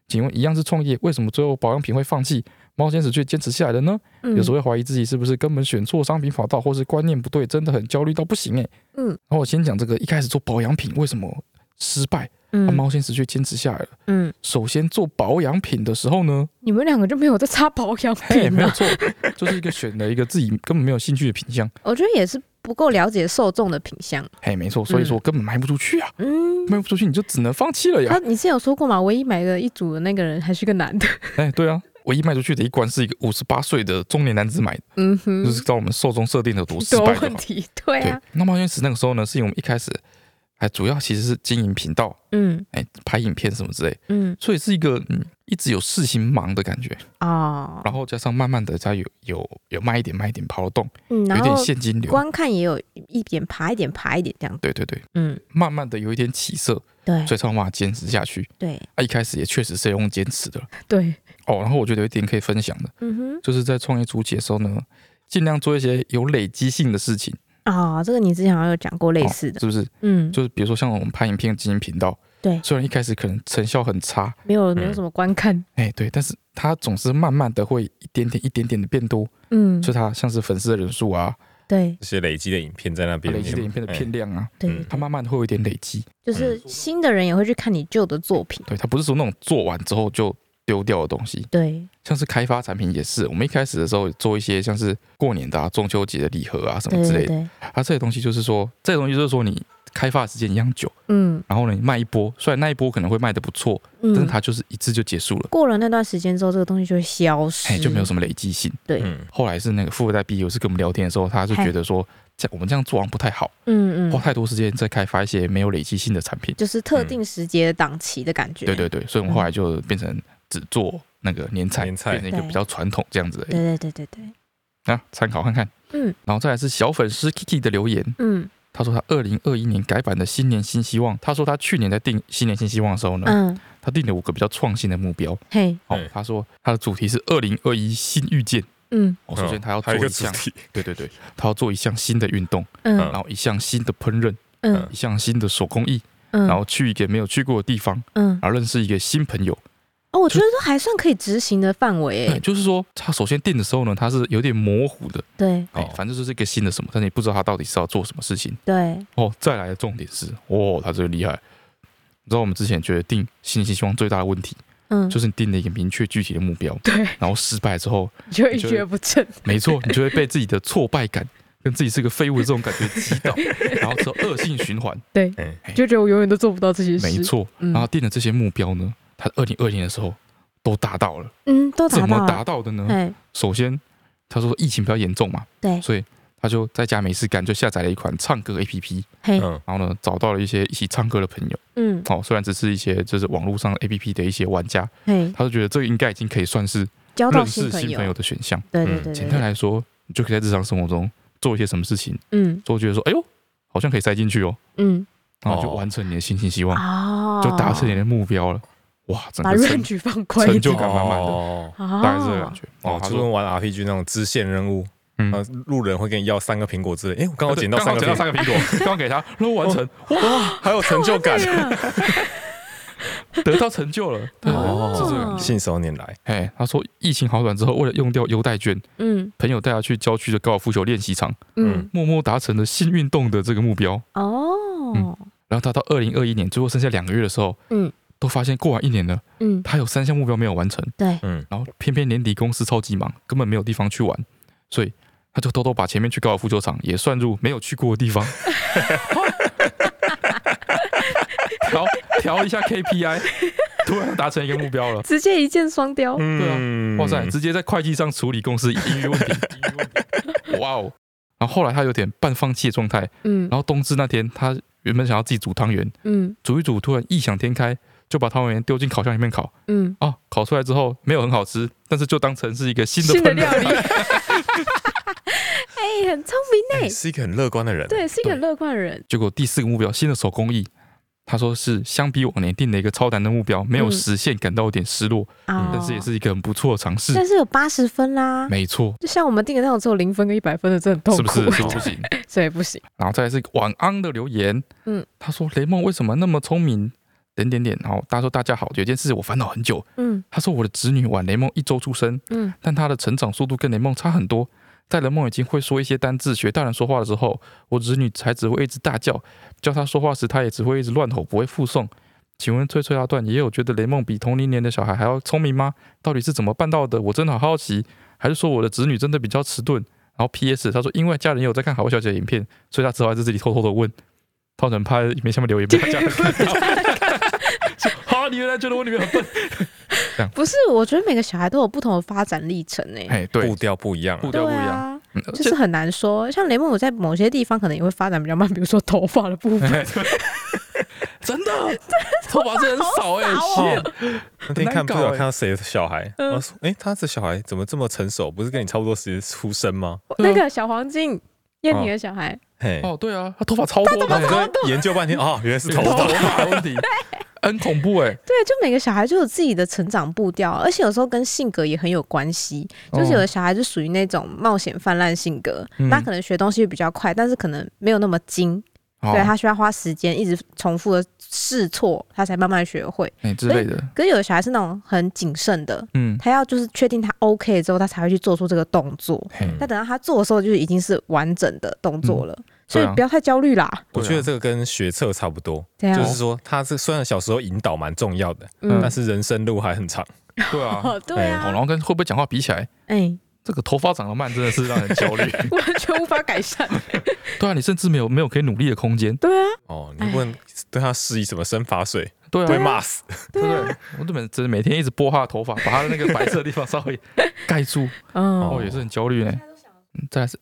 请问一样是创业，为什么最后保养品会放弃，猫先生却坚持下来了呢？有时候会怀疑自己是不是根本选错商品跑道，或是观念不对，真的很焦虑到不行然后我先讲这个一开始做保养品为什么失败，猫先生却坚持下来了。首先做保养品的时候呢， 你们2个就没有在擦保养品没有错，就是选了一个自己根本没有兴趣的品项。 我觉得也是不够了解受众的品项。 没错，所以说根本卖不出去啊。卖不出去你就只能放弃了呀。 你之前有说过吗？唯一买的一组的那个人还是个男的。 对啊，唯一卖出去的一罐是一个58岁的中年男子买的。就是照我们受众设定的多失败。 多问题，对啊。 那猫先生那个时候呢，是因为我们一开始还主要其实是经营频道，拍影片什么之类，所以是一个一直有事情忙的感觉然后加上慢慢的他有卖一点跑得动，有点现金流， 观看也有一点爬一点这样。 对，慢慢的有一点起色， 对， 所以才有办法坚持下去。 对， 一开始也确实是用坚持的。 对， 然后我觉得有一点可以分享的，就是在创业初期的时候呢，尽量做一些有累积性的事情。 这个你之前好像有讲过类似的， 是不是？就是比如说像我们拍影片经营频道， 对， 虽然一开始可能成效很差， 没有什么观看， 对，但是它总是慢慢的会一点点的变多，所以它像是粉丝的人数啊， 对， 这些累积的影片在那边， 累积的影片的片量啊， 对， 它慢慢的会有一点累积， 就是新的人也会去看你旧的作品， 对，它不是说那种做完之后就丢掉的东西， 对， 像是开发产品也是，我们一开始的时候做一些像是过年的中秋节的礼盒啊什么之类的，这些东西就是说，你开发的时间一样久，然后呢你卖一波，虽然那一波可能会卖得不错，但是它就是一次就结束了。 过了那段时间之后，这个东西就会消失， 就没有什么累积性。 对， 后来是那个富二代毕业，是跟我们聊天的时候，他就觉得说，我们这样做好像不太好，花太多时间在开发一些没有累积性的产品， 就是特定时节档期的感觉。 对，所以我们后来就变成只做那个年菜，变成一个比较传统这样子。 对。 参考看看。然后再来是小粉丝 Kiki 的留言。他说他2021年改版的新年新希望，他说他去年在定新年新希望的时候呢，他定了5个比较创新的目标。他说他的主题是2021新遇见。首先他要做一项，对，他要做一项新的运动，然后一项新的烹饪，一项新的手工艺，然后去一个没有去过的地方，然后认识一个新朋友。 我觉得这还算可以执行的范围。 就是说他首先定的时候呢，他是有点模糊的。 对， 反正就是一个新的什么，但是你不知道他到底是要做什么事情。 对， 再来的重点是，他这个厉害。你知道我们之前觉得定新年新希望最大的问题，就是你定了一个明确具体的目标， 对， 然后失败之后， 你就一蹶不振。 没错，你就会被自己的挫败感跟自己是个废物的这种感觉击倒，然后之后恶性循环。 对，就觉得我永远都做不到这些事。 没错，然后定了这些目标呢，他2020年的时候都达到了。 都达到了。 怎么达到的呢？首先他说疫情比较严重嘛， 对， 所以他就在家没事干，就下载了一款唱歌 APP，然后呢找到了一些一起唱歌的朋友，虽然只是一些就是网络上 APP 的一些玩家，他就觉得这个应该已经可以算是认识新朋友的选项。 对， 简单来说，你就可以在日常生活中做一些什么事情，就觉得说，哎呦，好像可以塞进去哦，然后就完成你的新希望，就达成你的目标了。哇，整个成就感满满的，大概是这个感觉。 就跟玩 RPG 那种支线任务，路人会跟你要3个苹果之类。我刚好捡到3个苹果，刚刚给他，然后完成， 哇，还有成就感， 得到成就了。是这个信手拈来。 他说疫情好转之后，为了用掉优待券，朋友带他去郊区的高尔夫球练习场，默默达成了新运动的这个目标。然后他到2021年最后剩下2个月的时候，都发现过完1年了，他有3项目标没有完成， 对， 然后偏偏年底公司超级忙，根本没有地方去玩，所以他就偷偷把前面去高尔夫球场也算入没有去过的地方，调一下 KPI， 突然达成一个目标了， 直接一箭双雕。 对啊，哇塞，直接在会计上处理公司盈余问题，哇哦！然后后来他有点半放弃的状态，然后冬至那天他原本想要自己煮汤圆，煮一煮突然异想天开，就把汤圆丢进烤箱里面烤，烤出来之后没有很好吃，但是就当成是一个新的料理。很聪明是一个很乐观的人。 对，是一个很乐观的人。 结果第4个目标，新的手工艺，他说是相比往年定了一个超难的目标，没有实现，感到有点失落，但是也是一个很不错的尝试。 但是有80分啦， 没错。 就像我们定的那种只有0分跟100分的，真的很痛苦， 是不是不行？ 所以不行。 然后再来是晚安的留言，他说雷梦为什么那么聪明， 然后他说大家好，有件事我烦恼很久。他说我的侄女晚雷梦1周出生，但她的成长速度跟雷梦差很多。在雷梦已经会说一些单字、学大人说话的时候，我侄女才只会一直大叫，叫她说话时，她也只会一直乱吼，不会附送。请问翠翠阿段也有觉得雷梦比同龄年的小孩还要聪明吗？到底是怎么办到的？我真的好好奇。还是说我的侄女真的比较迟钝？然后 PS 他说因为家人有在看好小姐的影片，所以他只好在这里偷偷的问。超人拍影片下面留言被他家人看到。好，你原来觉得我女儿很笨？ 不是，我觉得每个小孩都有不同的发展历程哎，对， 步调不一样， 就是很难说。像雷梦，我在某些地方可能也会发展比较慢，比如说头发的部分。 真的，头发真的很少那天不知道看到谁的小孩，我说他的小孩怎么这么成熟？不是跟你差不多时间出生吗？ 那个小黄金燕婷的小孩。 对啊，他头发超多的， 研究半天原来是头发的问题。很恐怖对，就每个小孩就有自己的成长步调，而且有时候跟性格也很有关系。就是有的小孩就属于那种冒险泛滥性格，他可能学东西比较快，但是可能没有那么精。对，他需要花时间一直重复的试错，他才慢慢学会之类的。 可是有的小孩是那种很谨慎的，他要就是确定他 OK 之后，他才会去做出这个动作。但等到他做的时候，就已经是完整的动作了。所以不要太焦虑啦。 我觉得这个跟学测差不多，就是说他这虽然小时候引导蛮重要的，但是人生路还很长。 对啊， 对啊。 然后跟会不会讲话比起来，这个头发长得慢真的是让人焦虑， 完全无法改善。 对啊，你甚至没有可以努力的空间。 对啊。 你不能对他施以什么生发水， 对啊， 被骂死。 对不对？我真的每天一直拨他的头发，把他的那个白色的地方稍微盖住，也是很焦虑呢。再来是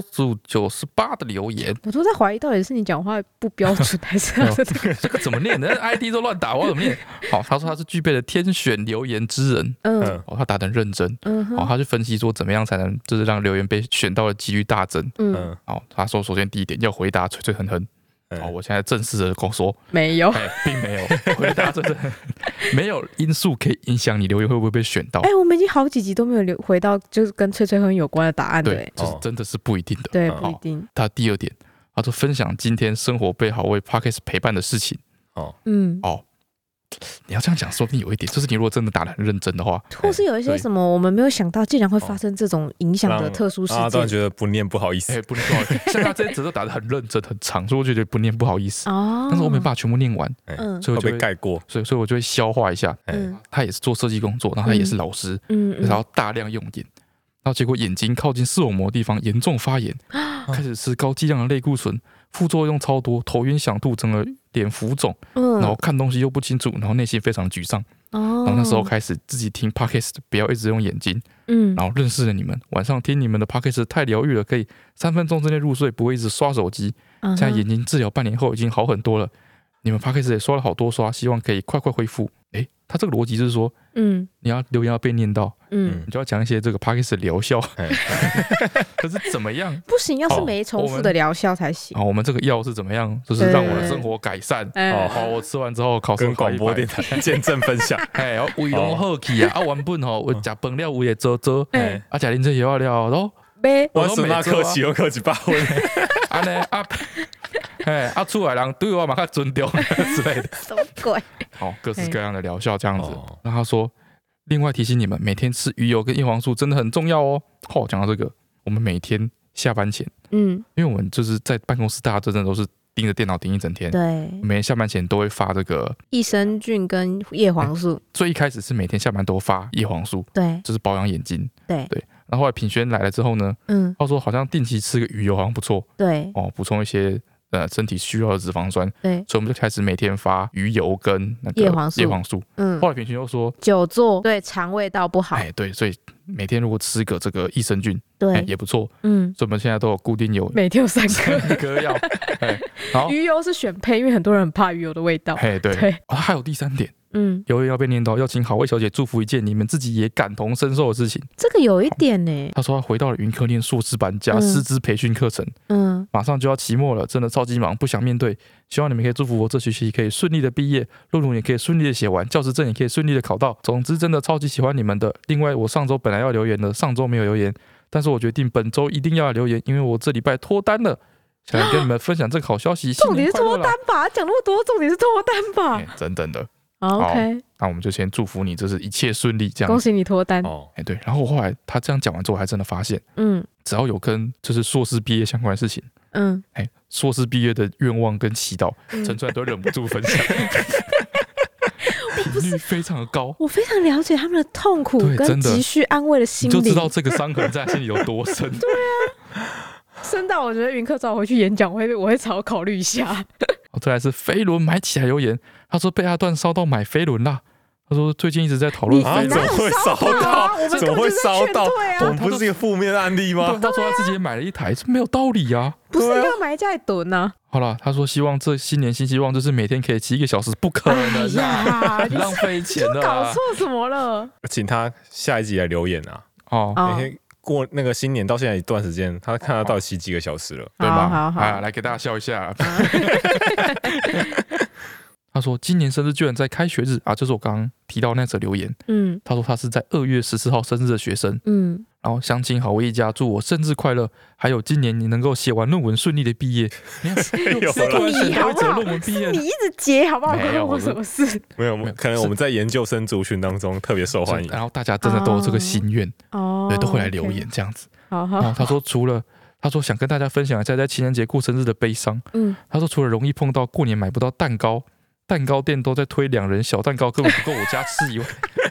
L98 的留言， 我都在怀疑到底是你讲话不标准还是这个怎么念？那 ID 都乱打，我怎么念？好，他说他是具备了天选留言之人，他打得很认真，他去分析说怎么样才能就是让留言被选到的几率大增，他说首先第一点要回答脆脆哼哼。我现在正式的跟我说， 没有， 并没有回答，真的没有因素可以影响你留言会不会被选到。 我们已经好几集都没有回到就是跟脆脆哼有关的答案的， 就是真的是不一定的。 对，不一定。 他第二点，他说分享今天生活被好味 Podcast 陪伴的事情。你要这样讲，说不定有一点，就是你如果真的打得很认真的话， 或是有一些什么我们没有想到，竟然会发生这种影响的特殊事件， 当然觉得不念不好意思， 不念不好意思。像他这些字都打得很认真、很长，所以我觉得不念不好意思。但是我没办法全部念完，所以我就被盖过， 所以我就会消化一下。他也是做设计工作，然后他也是老师，然后大量用眼，然后结果眼睛靠近视网膜的地方严重发炎，开始吃高剂量的类固醇，副作用超多，头晕想吐，整个脸浮肿，然后看东西又不清楚，然后内心非常沮丧。然后那时候开始自己听 Podcast， 不要一直用眼睛。然后认识了你们，晚上听你们的 Podcast 太疗愈了，可以3分钟之内入睡，不会一直刷手机。现在眼睛治疗半年后已经好很多了。你们 Podcast 也刷了好多刷，希望可以快快恢复。他这个逻辑就是说，你要留言要被念到，你就要讲一些这个 Podcast 的疗效。可是怎么样？ 不行，要是没重复的疗效才行。 我们这个药是怎么样？就是让我的生活改善。我吃完之后考试跟广播电台见证分享。 胃拢好去啊！原本我吃饭了胃会做，吃啉这药了，然后我是那客气，我客气8分。 安尼出来人对我嘛较尊重之类的， 什么鬼？ 各式各样的疗效这样子。然后他说，另外提醒你们，每天吃鱼油跟叶黄素真的很重要哦。讲到这个，我们每天下班前，因为我们就是在办公室，大家真的都是盯着电脑盯一整天， 对， 每天下班前都会发这个益生菌跟叶黄素。 最一开始是每天下班都发叶黄素， 对， 就是保养眼睛， 对。 然后后来品轩来了之后呢，他说好像定期吃个鱼油好像不错， 对， 补充一些身体需要的脂肪酸， 对， 所以我们就开始每天发鱼油跟那个叶黄素。后来品轩又说久坐对肠胃道不好， 对，所以每天如果吃个这个益生菌， 对， 也不错。所以我们现在都有固定有每天有3 颗药。 鱼油是选配，因为很多人很怕鱼油的味道。 对。还有第3点。留言要被念到，要请好味小姐祝福一件你们自己也感同身受的事情。 这个有一点呢。 他说他回到了云科念硕士班加师资培训课程，马上就要期末了，真的超级忙，不想面对。希望你们可以祝福我这学期可以顺利的毕业，论文也可以顺利的写完，教师证也可以顺利的考到。总之真的超级喜欢你们的。另外我上周本来要留言的，上周没有留言，但是我决定本周一定要留言，因为我这礼拜脱单了。 想来跟你们分享这个好消息。 重点是脱单吧？讲那么多，重点是脱单吧？ 等等的。 OK， 那我们就先祝福你，这是一切顺利，这样。 恭喜你脱单。 对。然后我后来他这样讲完之后，还真的发现，只要有跟就是硕士毕业相关的事情，硕士毕业的愿望跟祈祷，陈川都忍不住分享。频率非常的高， 我非常了解他们的痛苦跟急需安慰的心理， 你就知道这个伤痕在心里有多深。 对啊，深到我觉得云客找我回去演讲，我会好好考虑一下。 再来是飞轮买起来留言，他说被阿段烧到买飞轮啦。他说最近一直在讨论飞轮， 怎么会烧到？怎么会烧到？我们不是一个负面的案例吗？ 他说他自己也买了一台，没有道理啊！ 不是要买在囤啊？ 好了，他说希望这新年新希望就是每天可以骑1个小时，不可能呀，浪费钱了， 搞错什么了？ 请他下一集来留言啊！每天过那个新年到现在一段时间，他看他到底骑几个小时了， 对吗？ 好， 来给大家笑一下。他说今年生日居然在开学日啊，就是我刚刚提到那则留言。他说他是在2月14号生日的学生。然后乡亲好我一家祝我生日快乐，还有今年你能够写完论文顺利的毕业。你看， 你好不好？你一直接好不好？关我什么事？ 没有，可能我们在研究生族群当中特别受欢迎， 然后大家真的都有这个心愿，对，都会来留言这样子。 好， 他说他说想跟大家分享一下在情人节过生日的悲伤。他说除了容易碰到过年买不到蛋糕店都在推2人小蛋糕，根本不够我家吃以外，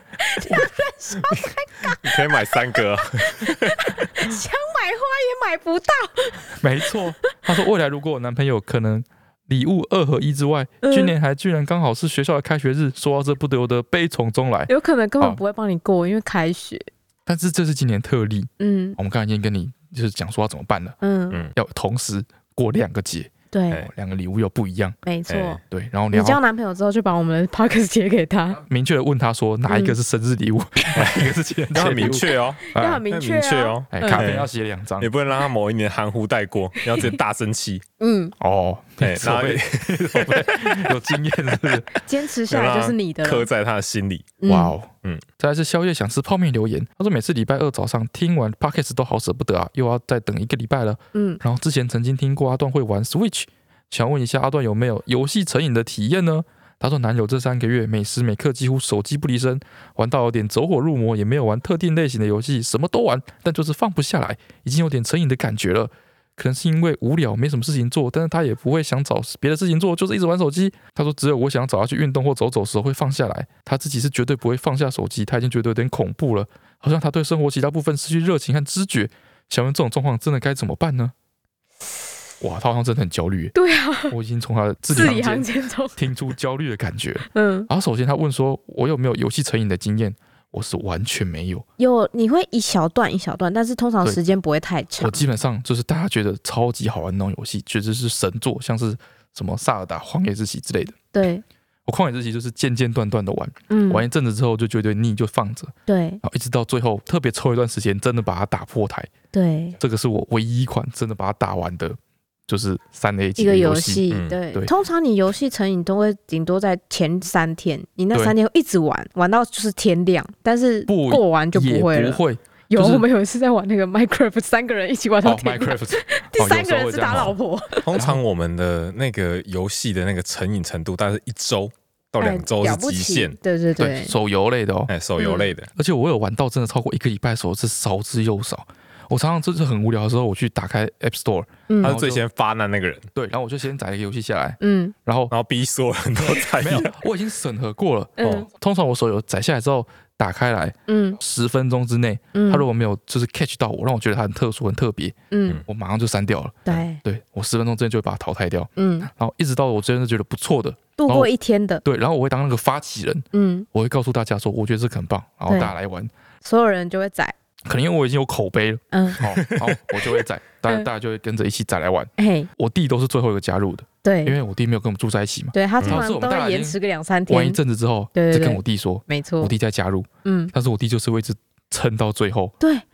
你可以买3个。 想买花也买不到。 没错，他说未来如果我男朋友可能礼物2合1之外，今年还居然刚好是学校的开学日，说到这不得我的悲从中来， 有可能根本不会帮你过，因为开学。 但是这是今年特例。我们刚才已经跟你就是讲说要怎么办了。要同时过2个节。 对 ，2个礼物又不一样， 没错。 对，然后你交男朋友之后，就把我们的 podcast 贴给他， 明确的问他说哪一个是生日礼物，哪一个是情人节礼物， 要很明确哦， 要很明确哦。 卡片要写2张， 也不能让他某一年含糊带过，要直接大生气。 然后有经验是不是？ 坚持下来就是你的， 刻在他的心里。 哇哦，再来是宵夜想吃泡面留言，他说每次礼拜2早上听完 podcast 都好舍不得啊，又要再等1个礼拜了。然后之前曾经听过阿段会玩 Switch， 想问一下阿段有没有游戏成瘾的体验呢？他说男友这3个月每时每刻几乎手机不离身，玩到有点走火入魔，也没有玩特定类型的游戏，什么都玩，但就是放不下来，已经有点成瘾的感觉了。可能是因为无聊没什么事情做，但是他也不会想找别的事情做，就是一直玩手机。他说只有我想找他去运动或走走的时候会放下来，他自己是绝对不会放下手机，他已经觉得有点恐怖了，好像他对生活其他部分失去热情和知觉。想问这种状况真的该怎么办呢？哇，他好像真的很焦虑。 对啊， 我已经从他的字里行间中听出焦虑的感觉。然后首先他问说我有没有游戏成瘾的经验，我是完全没有。 你会一小段一小段，但是通常时间不会太长。 我基本上就是大家觉得超级好玩的那种游戏，觉得是神作，像是什么萨尔达、荒野之息之类的。 对， 我荒野之息就是间间断断的玩，玩一阵子之后就觉得腻，就放着。 对， 然后一直到最后特别抽一段时间，真的把它打破台。 对， 这个是我唯一一款真的把它打完的。就是3A 级一个游戏， 对，通常你游戏成瘾都会顶多在前3天，你那3天会一直玩到就是天亮，但是过完就不会了。 不会， 我们有一次在玩那个 Minecraft， 3个人一起玩到天亮，第3个人是打老婆。 通常我们的那个游戏的那个成瘾程度大概是1周到2周是极限。 对， 手游类的哦， 手游类的。 而且我有玩到真的超过1个礼拜的时候是少之又少。我常常就是很无聊的时候，我去打开 App Store， 他是最先发难那个人。 对，然后我就先载一个游戏下来，然后逼所有人都载。 没有，我已经审核过了。通常我手游载下来之后打开来，10分钟之内，他如果没有就是 catch 到我，让我觉得它很特殊很特别，我马上就删掉了。对，我10分钟之内就会把它淘汰掉。然后一直到我真的觉得不错的， 度过1天的。 对，然后我会当那个发起人，我会告诉大家说，我觉得这个很棒，然后大家来玩， 所有人就会载。 可能因为我已经有口碑了，好，我就会载，大家就会跟着一起载来玩。我弟都是最后一个加入的， 对， 因为我弟没有跟我们住在一起嘛。 对，他通常都会延迟个2-3天， 玩一阵子之后，再跟我弟说， 没错， 我弟再加入。但是我弟就是会一直撑到最后。 对，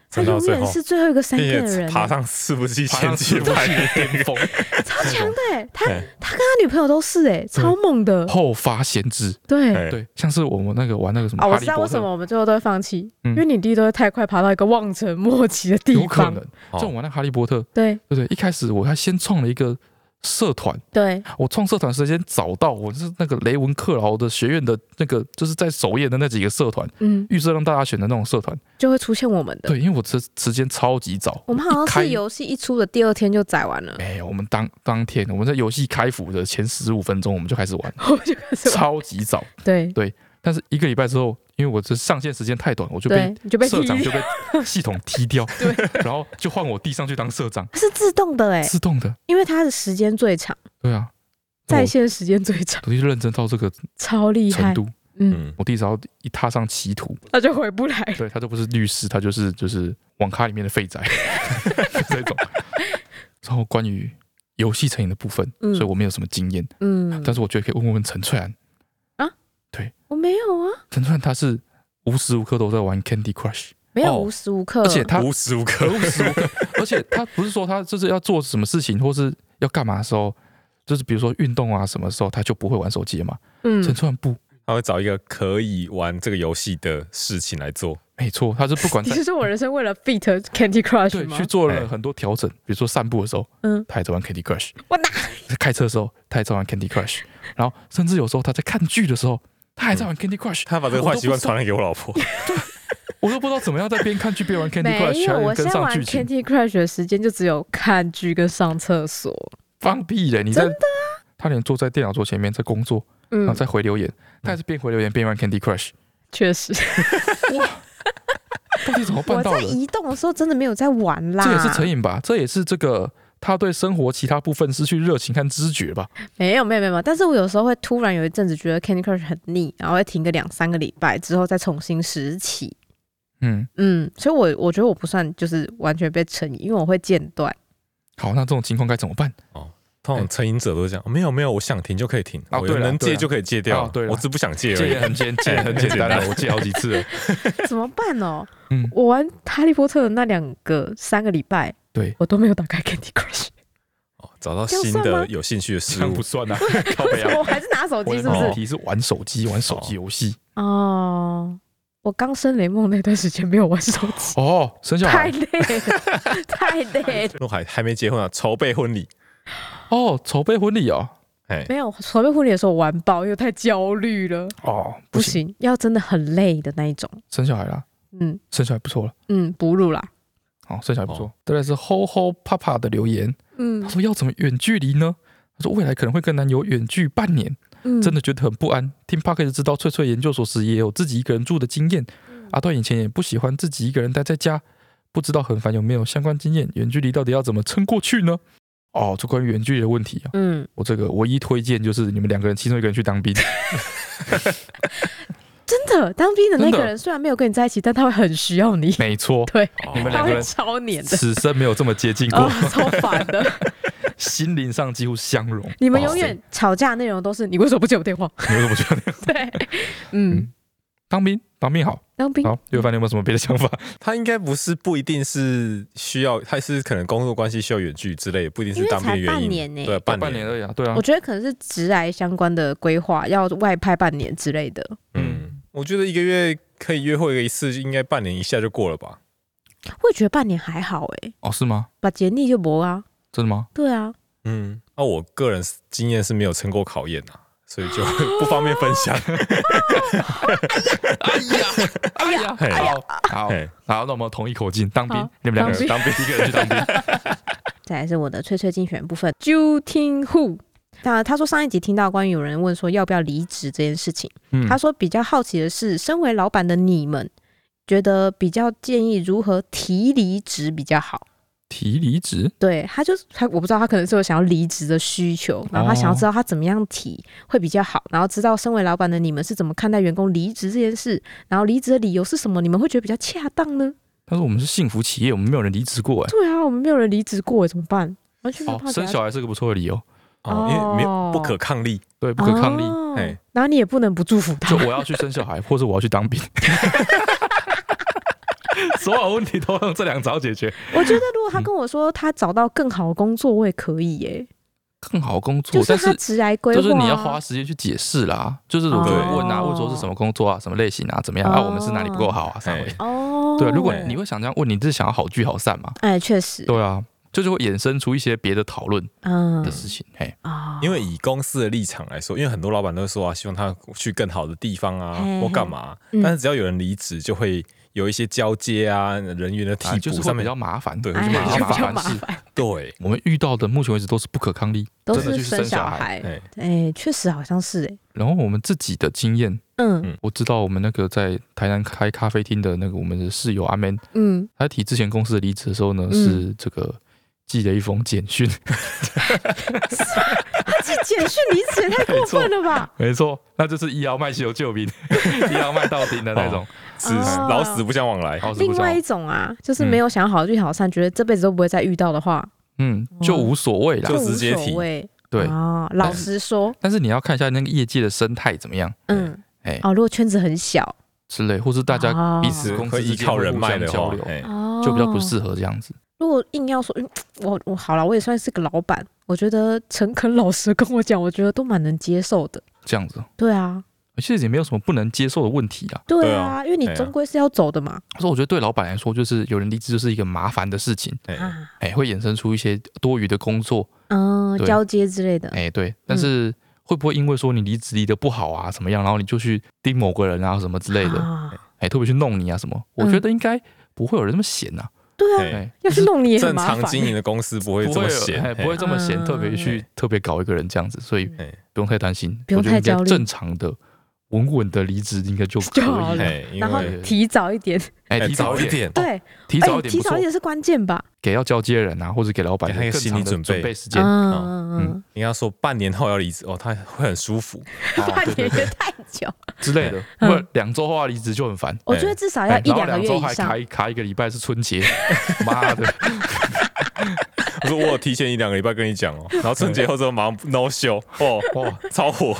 他永远是最后一个3件的人， 爬上伺服器前期的巅峰， 超强的他跟他女朋友都是超猛的， 后发先至。 对， 像是我们那个玩那个什么， 我知道为什么我们最后都会放弃，因为你弟都会太快爬到一个望尘莫及的地方。 有可能，这种玩那个哈利波特，对，一开始我还先创了一个社团， 对， 我创社团时间早到，我是那个雷文克劳的学院的那个，就是在首页的那几个社团，预设让大家选的那种社团， 就会出现我们的。 对，因为我这时间超级早， 我们好像是游戏一出的第2天就载完了。 没有，我们当天我们在游戏开服的前15分钟我们就开始玩，超级早。对，但是1个礼拜之后，因为我这上线时间太短，我就被社长就被系统踢掉，对，然后就换我弟上去当社长， 是自动的自动的， 因为他的时间最长， 对啊， 在线时间最长， 我弟认真到这个超厉害程度，我弟只要一踏上歧途， 他就回不来， 对，他就不是律师，他就是网咖里面的废宅这种。然后关于游戏成瘾的部分，所以我没有什么经验，但是我觉得可以问问陈翠安。对， 我没有啊。 陈川他是无时无刻都在玩 Candy Crush， 没有无时无刻， 而且他无时无刻， 而且他不是说他就是要做什么事情或是要干嘛的时候，就是比如说运动啊什么时候他就不会玩手机了嘛。陈川不， 他会找一个可以玩这个游戏的事情来做。 没错，他是不管。 你是说我人生为了 fit Candy Crush 吗？ 对，去做了很多调整，比如说散步的时候，他也在玩 Candy Crush。 我哪？ 开车的时候，他也在玩 Candy Crush。然后甚至有时候他在看剧的时候，他还在玩 Candy Crush。 他把这个坏习惯传染给我老婆。 对，我都不知道怎么样在边看剧边玩 Candy Crush， 没有，我现在玩 Candy Crush 的时间就只有看剧跟上厕所。 放屁嘞！你在真的啊？ 他连坐在电脑桌前面在工作，然后再回留言，他还是边回留言边玩 Candy Crush。 确实， 哇！到底怎么办到的？ 我在移动的时候真的没有在玩啦。 这也是成瘾吧？这也是这个他对生活其他部分失去热情和知觉吧？ 没有，但是我有时候会突然有一阵子觉得 Candy Crush 很腻，然后会停个2-3个礼拜之后再重新拾起。所以我觉得我不算就是完全被成瘾，因为我会间断。 好，那这种情况该怎么办？ 通常成瘾者都是这样，没有，我想停就可以停，我能戒就可以戒掉，我只不想戒而已。 戒很简单的，我戒好几次了。 怎么办哦？我玩哈利波特的那3个礼拜， 对我都没有打开 Candy Crush。 找到新的有兴趣的事物不算啊， 我还是拿手机，是不是？ 问题是玩手机游戏。 我刚生雷梦那段时间没有玩手机。 生小孩太累了。 我还没结婚啊，筹备婚礼。 筹备婚礼没有筹备婚礼的时候玩爆，因为太焦虑了。不行，要真的很累的那一种。 生小孩啦，生小孩不错了。 哺乳啦。 生小孩不错。再来是 Ho Ho Papa 的留言，他说要怎么远距离呢？他说未来可能会跟男友远距半年，真的觉得很不安。听 Podcast 知道翠翠研究所时也有自己一个人住的经验，阿段以前也不喜欢自己一个人待在家，不知道很烦有没有相关经验？远距离到底要怎么撑过去呢？这关于远距离的问题我这个唯一推荐就是你们2个人其中一个人去当兵。真的，当兵的那个人虽然没有跟你在一起，但他会很需要你。 没错， 对， 你们2个人超黏的， 此生没有这么接近过， 超烦的， 心灵上几乎相融。 你们永远吵架内容都是你为什么不接我电话？ 你为什么不接我电话？ 对， 当兵好。当兵，好，刘凡，你有没有什么别的想法？ 他应该不一定是需要，他是可能工作关系需要远距之类，不一定是当兵的原因。 半年对，半年而已啊，对啊。 我觉得可能是职涯相关的规划，要外派半年之类的。 我觉得1个月可以约会一次，应该半年一下就过了吧。 我也觉得半年还好是吗？ 把简历就没啊。 真的吗？ 对啊。 我个人经验是没有撑过考验啊。所以就不方便分享。 好，那我们同一口径，当兵，你们2个人当兵，一个人去当兵。 再来是我的翠翠竞选部分，就听 who。他说上一集听到关于有人问说要不要离职这件事情，他说比较好奇的是，身为老板的你们觉得比较建议如何提离职比较好？ 提离职？ 对，我不知道他可能是有想要离职的需求，然后他想要知道他怎么样提会比较好，然后知道身为老板的你们是怎么看待员工离职这件事，然后离职的理由是什么，你们会觉得比较恰当呢？ 他说我们是幸福企业，我们没有人离职过。 对啊，我们没有人离职过，怎么办？完全没有办法。 生小孩是个不错的理由。 因为没有不可抗力。 对，不可抗力。 然后你也不能不祝福他。 就我要去生小孩，或者我要去当兵。 所有问题都用这2招解决。 我觉得如果他跟我说他找到更好的工作，我也可以耶。 更好的工作， 就是他职涯规划， 就是你要花时间去解释啦。就是我就问啊，问说是什么工作啊，什么类型啊，怎么样啊？我们是哪里不够好啊？啥位？对，如果你会想这样问，你是想要好聚好散嘛？ 确实。 对啊。就是会衍生出一些别的讨论的事情， 因为以公司的立场来说，因为很多老板都说啊，希望他去更好的地方啊，或干嘛，但是只要有人离职，就会有一些交接啊，人员的替补上面比较麻烦， 对， 比较麻烦事。对，我们遇到的目前为止都是不可抗力， 都是生小孩，确实好像是然后我们自己的经验，我知道我们那个在台南开咖啡厅的那个我们的室友阿 Man，他提之前公司的离职的时候呢，是这个。寄了一封简讯，寄简讯离职也太过分了吧？ 没错，那就是1号卖西救兵，1号卖到底的那种， 老死不相往来。 另外一种啊，就是没有想好聚好散，觉得这辈子都不会再遇到的话， 就无所谓啦， 就直接提。 对， 老实说， 但是你要看一下那个业界的生态怎么样。 如果圈子很小之类，或是大家彼此公司依靠人脉的交流， 就比较不适合这样子。 如果硬要说，我好了，我也算是个老板，我觉得诚恳老实跟我讲，我觉得都蛮能接受的。 这样子， 对啊， 其实也没有什么不能接受的问题啦。 对啊，因为你终归是要走的嘛。 所以我觉得对老板来说，就是有人离职就是一个麻烦的事情，会衍生出一些多余的工作， 交接之类的。 对，但是会不会因为说你离职离得不好啊，怎么样，然后你就去盯某个人啊什么之类的，特别去弄你啊什么？我觉得应该不会有人那么闲呐。 对啊，要是弄你也很麻烦。 正常经营的公司不会这么闲， 不会这么闲，特别搞一个人这样子，所以不用太担心， 不用太焦虑， 正常的、稳稳的离职应该就可以了。然后提早一点， 提早一点， 对， 提早一点， 提早一点是关键吧？ 给要交接人啊，或者给老板一个心理准备时间。 你要说半年后要离职他会很舒服。 半年也太久之类的，不然2周后要离职就很烦。 我觉得至少要1-2个月以上。 然后2周还卡1个礼拜是春节，妈的！ 我说我有提前1-2个礼拜跟你讲然后春节后之后马上 no show， 超火。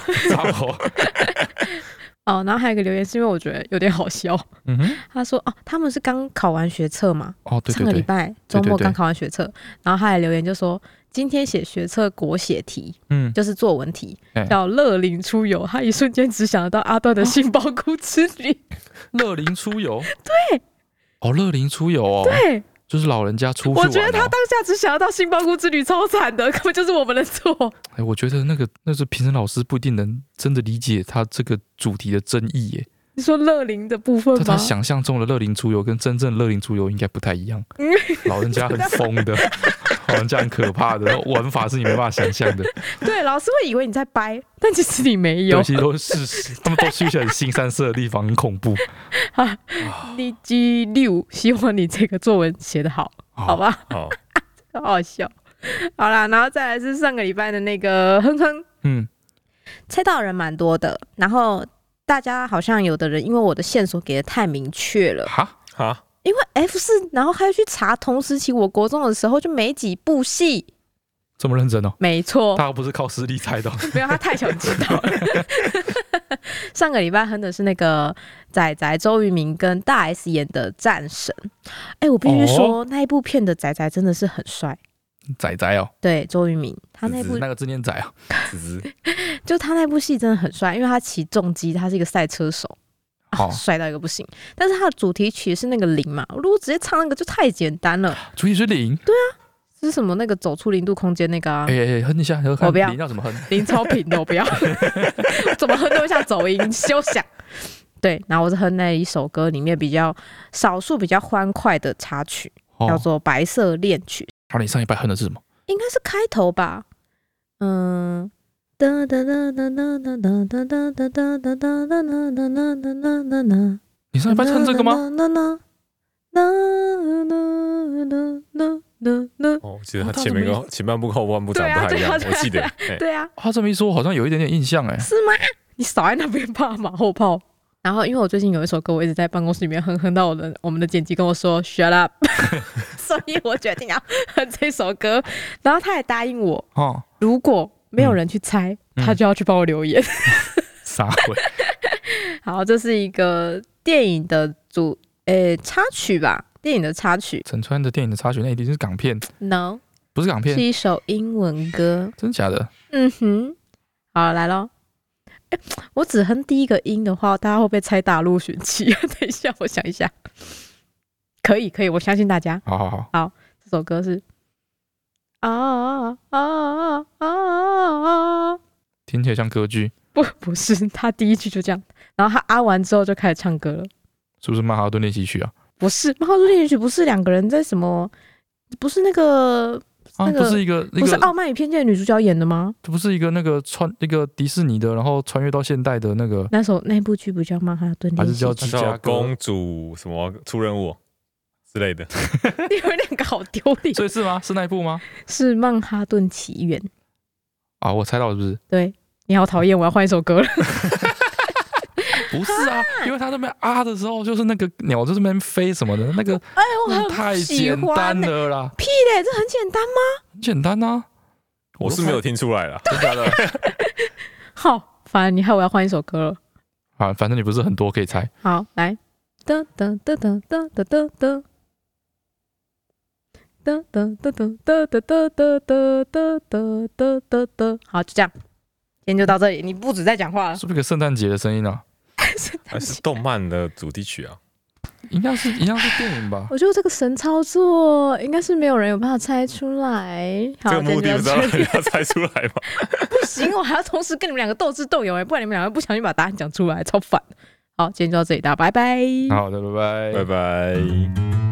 然后还有一个留言是因为我觉得有点好笑，他说他们是刚考完学测嘛， 对， 上个礼拜周末刚考完学测，然后他还留言就说今天写学测国写题，就是作文题，叫乐龄出游，他一瞬间只想得到阿段的杏鲍菇之旅。 乐龄出游， 对， 乐龄出游对。 就是老人家出去玩。 我觉得他当下只想要到杏鲍菇之旅，超惨的，根本就是我们的错。 我觉得那是评审老师不一定能真的理解他这个主题的真意耶。 你说乐龄的部分吗？ 他想象中的乐龄出游跟真正乐龄出游应该不太一样。老人家很疯的，老人家很可怕的玩法是你没办法想象的。 对，老师会以为你在掰，但其实你没有。 对，其实都是事实。他们都去一些很腥膻色的地方，很恐怖。 你6，希望你这个作文写得好，好吧？好好笑。好啦，然后再来是上个礼拜的那个哼哼，猜到的人蛮多的，然后大家好像有的人因为我的线索给的太明确了，因为 F4，然后还要去查同时期我国中的时候就没几部戏。 这么认真哦？ 没错， 他不是靠实力猜的。 没有，他太想知道了。上个礼拜哼的是那个仔仔周渝民跟大 S 演的《战神》。我必须说，那一部片的仔仔真的是很帅。 仔仔对，周渝民，他那部那个字念仔就他那部戏真的很帅，因为他骑重机，他是一个赛车手，帅到一个不行。但是他的主题曲是那个零嘛，如果直接唱那个就太简单了。 主题曲零？ 对啊。是什么那个走出0度空间那个啊？ 哼一下， 我不要。 零要怎么哼？ 零超平的，我不要。怎么哼都会像走音，休想。对，然后我是哼那一首歌里面少数比较欢快的插曲，叫做《白色恋曲》。 好，你上一拜哼的是什么？ 应该是开头吧。 你上一拜唱这个吗？ 我记得他前半部后半部长不太一样，我记得。 对啊， 他这么一说，好像有一点点印象是吗？你少在那边怕马后炮。然后因为我最近有一首歌，我一直在办公室里面哼到我们的剪辑跟我说 shut up， 所以我决定要哼这首歌。然后他也答应我，如果没有人去猜，他就要去帮我留言。 啥鬼？ 好，这是一个电影的插曲吧，电影的插曲。 陈川的电影的插曲，那一定是港片 ？No， 不是港片， 是一首英文歌。 真假的？ 好，来咯。我只哼第一个音的话，大家会不会猜大陆寻奇？等一下，我想一下。可以，我相信大家。好，这首歌是听起来像歌剧。 不是，他第一句就这样，然后他完之后就开始唱歌了。 是不是曼哈顿练习曲啊？ 不是，曼哈顿练习曲不是两个人在什么？不是那个。 不是一个， 不是《傲慢与偏见》的女主角演的吗？ 这不是一个那个一个迪士尼的，然后穿越到现代的那个那部剧不叫《曼哈顿练习曲》， 还是叫公主什么出任务之类的？ 你们两个好丢脸。 所以是吗？是那一部吗？ 是《曼哈顿奇缘》 啊！我猜到了，是不是？ 对，你好讨厌，我要换一首歌了。 不是啊，因为他那边的时候，就是那个鸟在这边飞什么的，那个我太简单了啦！ 屁嘞，这很简单吗？ 很简单啊， 我是没有听出来啦， 真的。 好，反正你害我要换一首歌了。 好，反正你不是很多可以猜。 好，来，噔噔噔噔噔噔噔噔。噔噔噔噔噔噔噔噔噔噔噔噔，好，就这样，今天就到这里。你不止在讲话了， 是不是个圣诞节的声音啊？ 还是动漫的主题曲啊？ 一样是电影吧？ 我觉得这个神操作应该是没有人有办法猜出来。 这个目的不是让人家猜出来吗？ 不行，我还要同时跟你们两个斗智斗勇不然你们两个不小心把答案讲出来，超烦。好，今天就到这里，大家拜拜。 好的，拜拜， 拜拜。